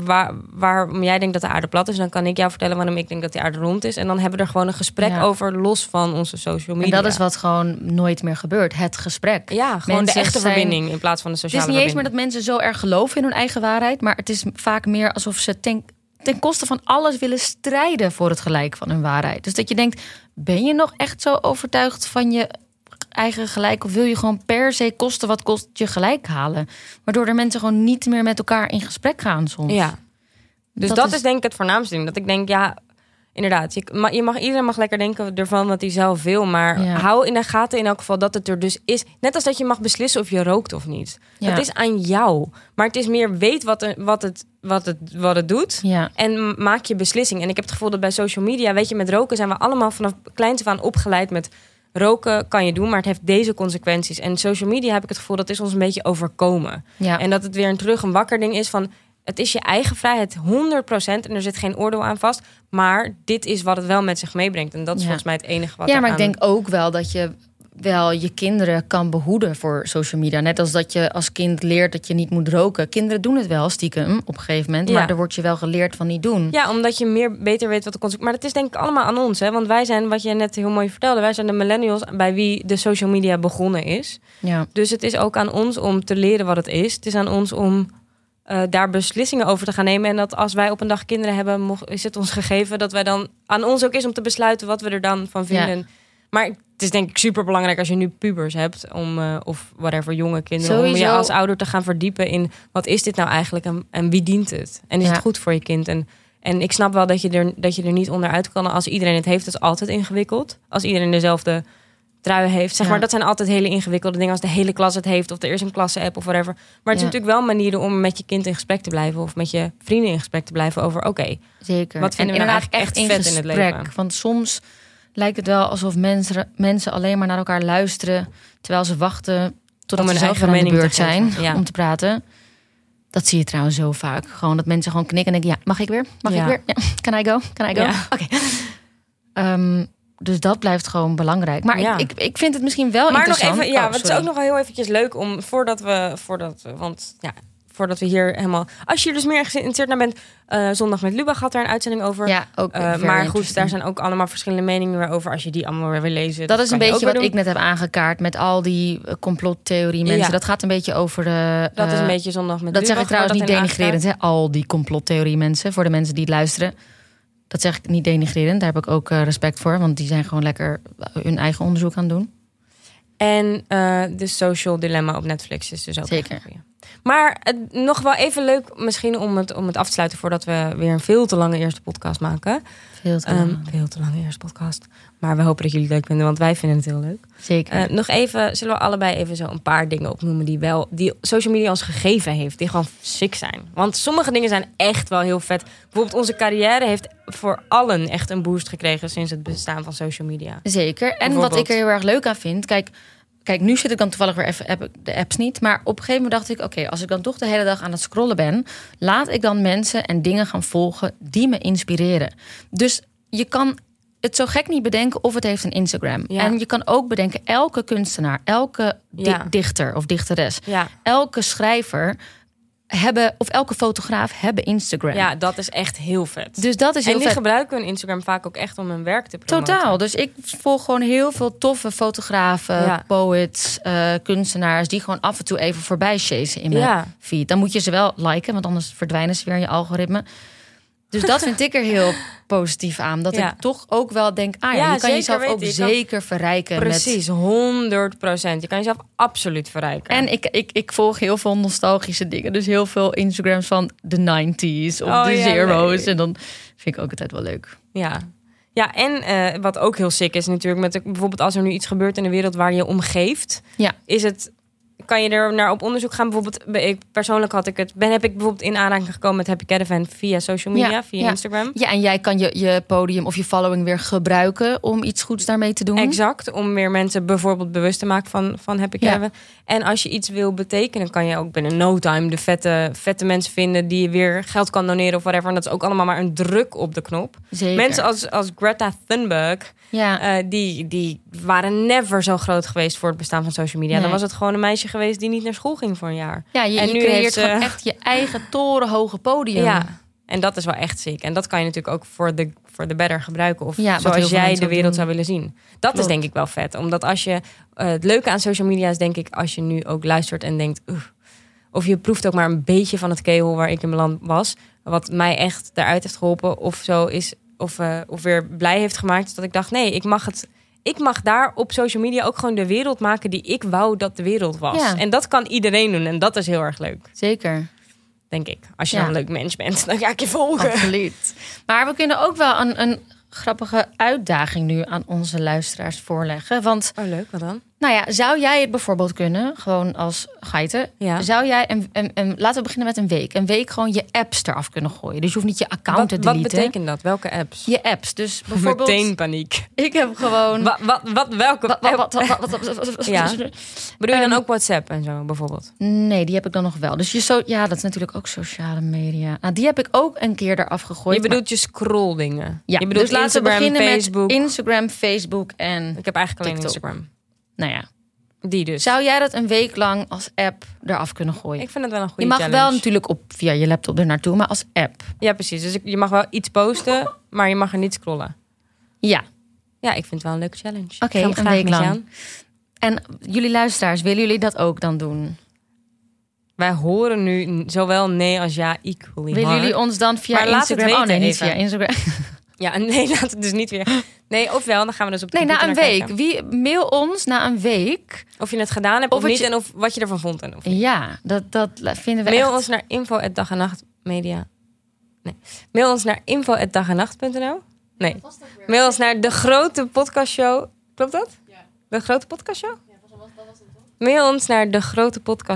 jij denkt dat de aarde plat is. Dan kan ik jou vertellen waarom ik denk dat de aarde rond is. En dan hebben we er gewoon een gesprek over, los van onze social media. En dat is wat gewoon nooit meer gebeurt. Het gesprek. Ja, gewoon mensen de echte verbinding in plaats van de sociale verbinding. Het is niet eens meer dat mensen zo erg geloven in hun eigen waarheid, maar het is vaak meer alsof ze ten koste van alles willen strijden voor het gelijk van hun waarheid. Dus dat je denkt, ben je nog echt zo overtuigd van je eigen gelijk? Of wil je gewoon per se kosten wat kost je gelijk halen? Waardoor er mensen gewoon niet meer met elkaar in gesprek gaan soms. Ja. Dus dat is denk ik het voornaamste ding. Dat ik denk, ja, inderdaad. Iedereen mag lekker denken ervan wat hij zelf wil. Maar hou in de gaten in elk geval dat het er dus is. Net als dat je mag beslissen of je rookt of niet. Ja. Dat is aan jou. Maar het is meer, weet wat het doet. Ja. En maak je beslissing. En ik heb het gevoel dat bij social media, weet je, met roken zijn we allemaal vanaf kleins af aan opgeleid met roken kan je doen, maar het heeft deze consequenties. En social media heb ik het gevoel dat is ons een beetje overkomen. Ja. En dat het weer een wakker ding is van, het is je eigen vrijheid 100% en er zit geen oordeel aan vast. Maar dit is wat het wel met zich meebrengt. En dat is volgens mij het enige wat maar ik denk ook wel dat je wel je kinderen kan behoeden voor social media. Net als dat je als kind leert dat je niet moet roken. Kinderen doen het wel stiekem op een gegeven moment. Maar er wordt je wel geleerd van niet doen. Ja, omdat je beter weet wat de consequenties. Maar dat is denk ik allemaal aan ons. Hè? Want wij zijn, wat je net heel mooi vertelde, wij zijn de millennials bij wie de social media begonnen is. Ja. Dus het is ook aan ons om te leren wat het is. Het is aan ons om daar beslissingen over te gaan nemen. En dat als wij op een dag kinderen hebben, is het ons gegeven dat wij dan aan ons ook is om te besluiten wat we er dan van vinden. Ja. Maar het is denk ik super belangrijk als je nu pubers hebt of whatever, jonge kinderen, sowieso, om je als ouder te gaan verdiepen in wat is dit nou eigenlijk en wie dient het? En is het goed voor je kind? En ik snap wel dat je er niet onderuit kan. Als iedereen het heeft, is het altijd ingewikkeld. Als iedereen dezelfde trui heeft, zeg maar, dat zijn altijd hele ingewikkelde dingen. Als de hele klas het heeft of er is een klasse-app of whatever. Maar het is natuurlijk wel manieren om met je kind in gesprek te blijven of met je vrienden in gesprek te blijven over zeker. Wat vinden we nou eigenlijk echt vet in het leven? Want soms lijkt het wel alsof mensen alleen maar naar elkaar luisteren terwijl ze wachten totdat ze zelf aan de beurt zijn om te praten. Dat zie je trouwens zo vaak. Gewoon dat mensen gewoon knikken en denken... ja, mag ik weer? Mag ik weer? Ja. Can I go? Ja. Oké. Dus dat blijft gewoon belangrijk. Maar Ja. ik vind het misschien wel interessant. Nog even, het is ook nog wel heel eventjes leuk om... voordat we hier helemaal... Als je er dus meer geïnteresseerd naar bent... zondag met Lubach had daar een uitzending over. Ja, ook maar goed, daar zijn ook allemaal verschillende meningen weer over. Als je die allemaal weer wil lezen. Dat is een kan je beetje ook wat weer ik net heb aangekaart... met al die complottheorie mensen. Ja. Dat gaat een beetje over de... Dat is een beetje zondag met Dat zeg Lubach, ik trouwens waar niet dat in denigrerend, hè? Al die complottheorie mensen. Voor de mensen die het luisteren. Dat zeg ik niet denigrerend. Daar heb ik ook respect voor. Want die zijn gewoon lekker hun eigen onderzoek aan het doen. En The Social Dilemma op Netflix is dus ook Zeker. echt een goeie. Maar nog wel even leuk misschien om het af te sluiten... voordat we weer een veel te lange eerste podcast maken. Veel te lang. Veel te lange eerste podcast. Maar we hopen dat jullie het leuk vinden, want wij vinden het heel leuk. Zeker. Nog even, zullen we allebei even zo een paar dingen opnoemen... die social media ons gegeven heeft, die gewoon sick zijn. Want sommige dingen zijn echt wel heel vet. Bijvoorbeeld onze carrière heeft voor allen echt een boost gekregen... sinds het bestaan van social media. Zeker. En wat ik er heel erg leuk aan vind... Kijk, nu zit ik dan toevallig weer even... heb ik de apps niet. Maar op een gegeven moment dacht ik... oké, als ik dan toch de hele dag aan het scrollen ben... laat ik dan mensen en dingen gaan volgen... die me inspireren. Dus je kan het zo gek niet bedenken of het heeft een Instagram. Ja. En je kan ook bedenken... elke kunstenaar, elke Ja. dichter of dichteres... Ja. elke schrijver... of elke fotograaf hebben Instagram. Ja, dat is echt heel vet. Dus dat is heel en die vet. gebruiken hun Instagram vaak ook echt om hun werk te promoten. Totaal. Dus ik volg gewoon heel veel toffe fotografen, Ja. poets, kunstenaars... die gewoon af en toe even voorbij chasen in mijn Ja. feed. Dan moet je ze wel liken, want anders verdwijnen ze weer in je algoritme. Dus dat vind ik er heel positief aan. Dat Ja. ik toch ook wel denk... Ja, je kan zeker jezelf weten. ook Je kan- zeker verrijken. Precies, 100%. Je kan jezelf absoluut verrijken. En ik volg heel veel nostalgische dingen. Dus heel veel Instagrams van de 90s of de ja, zero's. nee. En dan vind ik ook altijd wel leuk. Ja, en wat ook heel sick is natuurlijk... bijvoorbeeld als er nu iets gebeurt in de wereld waar je om geeft... Ja. Kan je er naar op onderzoek gaan? Bijvoorbeeld, persoonlijk heb ik bijvoorbeeld in aanraking gekomen met Happy Caravan via social media, via Instagram. Ja, en jij kan je podium of je following weer gebruiken om iets goeds daarmee te doen. Exact, om meer mensen bijvoorbeeld bewust te maken van Happy Caravan. En als je iets wil betekenen, kan je ook binnen no time de vette mensen vinden die je weer geld kan doneren of whatever. En dat is ook allemaal maar een druk op de knop. Zeker. Mensen als Greta Thunberg, die waren never zo groot geweest voor het bestaan van social media. Nee. Dan was het gewoon een meisje geweest die niet naar school ging voor een jaar. Ja, en je nu creëert heeft ze gewoon echt je eigen torenhoge podium. Ja, en dat is wel echt ziek. En dat kan je natuurlijk ook voor de better gebruiken. Of Ja, wat heel zoals veel jij mensen de ook wereld doen. zou willen zien. Dat is denk ik wel vet. Omdat als je... het leuke aan social media is denk ik... als je nu ook luistert en denkt... of je proeft ook maar een beetje van het kegel waar ik in beland was. Wat mij echt daaruit heeft geholpen. Of zo is... Of weer blij heeft gemaakt. Is dat ik dacht, nee, ik mag daar op social media ook gewoon de wereld maken die ik wou dat de wereld was. Ja. En dat kan iedereen doen. En dat is heel erg leuk. Zeker. Denk ik. Als je Ja. dan een leuk mens bent, dan ga ik je volgen. Absoluut. Maar we kunnen ook wel een grappige uitdaging nu aan onze luisteraars voorleggen. Want, Oh, leuk. Wat dan? nou ja, zou jij het bijvoorbeeld kunnen, gewoon als geiten... Ja. Zou jij, laten we beginnen met een week gewoon je apps eraf kunnen gooien. Dus je hoeft niet je account te deleten. Wat betekent dat? Welke apps? Je apps. Dus bijvoorbeeld... Meteen paniek. Ik heb gewoon... Welke app? Ja. Bedoel je dan Ehm, ook WhatsApp en zo bijvoorbeeld? Nee, die heb ik dan nog wel. Dus dat is natuurlijk ook sociale media. Nou, die heb ik ook een keer eraf gegooid. Je bedoelt je scrolldingen. Ja, Je bedoelt dus laten we Instagram, beginnen Facebook. met Instagram, Facebook en... Ik heb eigenlijk alleen TikTok. Instagram. Nou ja, Die dus. zou jij dat een week lang als app eraf kunnen gooien? Ik vind het wel een goede Je mag challenge. wel natuurlijk via je laptop er naartoe, maar als app. Ja, precies. Dus je mag wel iets posten, maar je mag er niet scrollen. Ja, Ja, ik vind het wel een leuke challenge. Oké, Ik ga hem een graag week met je lang. aan. en jullie luisteraars, willen jullie dat ook dan doen? Wij horen nu zowel nee als ja equally Willen hard. jullie ons dan via Maar laat het Instagram... weten oh nee, niet even. via Instagram. Ja, nee, laat het dus niet weer. Nee, ofwel, dan gaan we dus op de Nee, na computer een naar week. kijken. Mail ons na een week. Of je het gedaan hebt Of of, het niet je- en of wat je ervan vond. En of niet. Ja, dat vinden we Mail echt... ons naar info@dagenachtmedia. Nee. Mail ons naar info@dagenacht.nl. Nee. Mail ons naar de grote podcastshow. Klopt dat? Ja. De grote podcastshow? Ja, dat was het toch? Mail ons naar de grote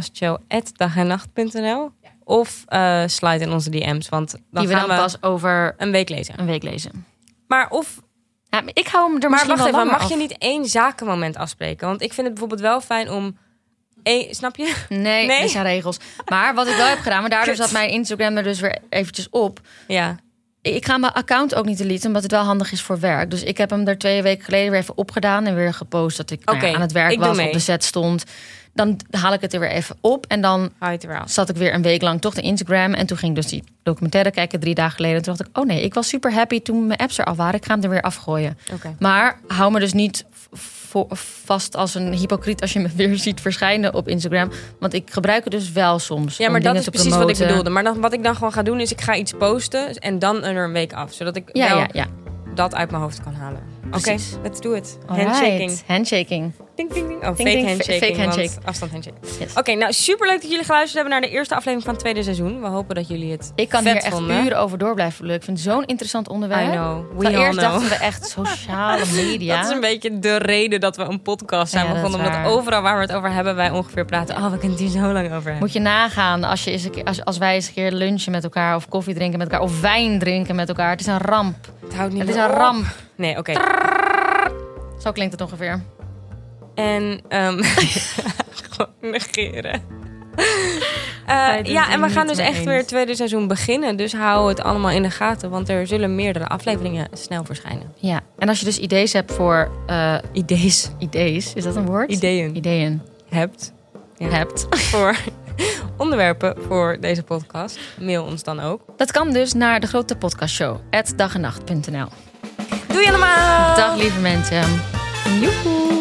podcastshow@dagenacht.nl. Of slide in onze DM's, want dan die we gaan dan we pas over een week lezen. een week lezen. Maar of Ja, maar ik hou hem er Maar misschien wacht wel even, langer mag je af. niet één zakenmoment afspreken? Want ik vind het bijvoorbeeld wel fijn om snap je? Nee, Nee? dat zijn regels. Maar wat ik wel heb gedaan, maar daardoor zat mijn Instagram er dus weer eventjes op. Ja. Ik ga mijn account ook niet deleten, omdat het wel handig is voor werk. Dus ik heb hem er 2 weken geleden weer even opgedaan en weer gepost dat ik Oké, aan het werk ik doe was, mee. op de set stond. Dan haal ik het er weer even op en dan Hou je het er weer af. zat ik weer een week lang toch de Instagram. En toen ging ik dus die documentaire kijken 3 dagen geleden. En toen dacht ik, oh nee, ik was super happy toen mijn apps eraf waren. Ik ga hem er weer afgooien. Oké. Maar hou me dus niet vast als een hypocriet als je me weer ziet verschijnen op Instagram. Want ik gebruik het dus wel soms. Ja, om maar dat dingen is te precies wat ik promoten. bedoelde. Maar dan, wat ik dan gewoon ga doen is, ik ga iets posten en dan er een week af. Zodat ik wel Ja. dat uit mijn hoofd kan halen. Oké, Precies. let's do it. Alright. Handshaking. Handshaking. Ding, ding, ding. Oh, Ding, fake ding, handshaking. fake handshake. Want afstand handshake. Yes. Oké, nou superleuk dat jullie geluisterd hebben naar de eerste aflevering van het tweede seizoen. We hopen dat jullie het Ik kan vet hier echt vonden. uren over door blijven lullen. Ik vind het zo'n interessant onderwerp. I know. We Terwijl all eerst know. dachten we echt sociale media. Dat is een beetje de reden dat we een podcast zijn Ja, dat begonnen. is Omdat waar. overal waar we het over hebben, wij ongeveer praten. Oh, we kunnen het hier zo lang over hebben. Moet je nagaan als, je eens een keer, als wij eens een keer lunchen met elkaar... of koffie drinken met elkaar of wijn drinken met elkaar. Het is een ramp. Het houdt niet Het is meer een op. ramp. Nee, oké. Zo klinkt het ongeveer. En gewoon negeren. Dit Ja, is en we het gaan niet dus mee echt eens. weer het tweede seizoen beginnen. Dus hou het allemaal in de gaten. Want er zullen meerdere afleveringen snel verschijnen. Ja, en als je dus ideeën hebt voor... Ideeën is dat een woord? Ideeën hebt. Ja. hebt. Voor onderwerpen voor deze podcast. Mail ons dan ook. Dat kan dus naar de grote podcastshow. @dagennacht.nl. Doei allemaal! Dag lieve mensen. Joehoe.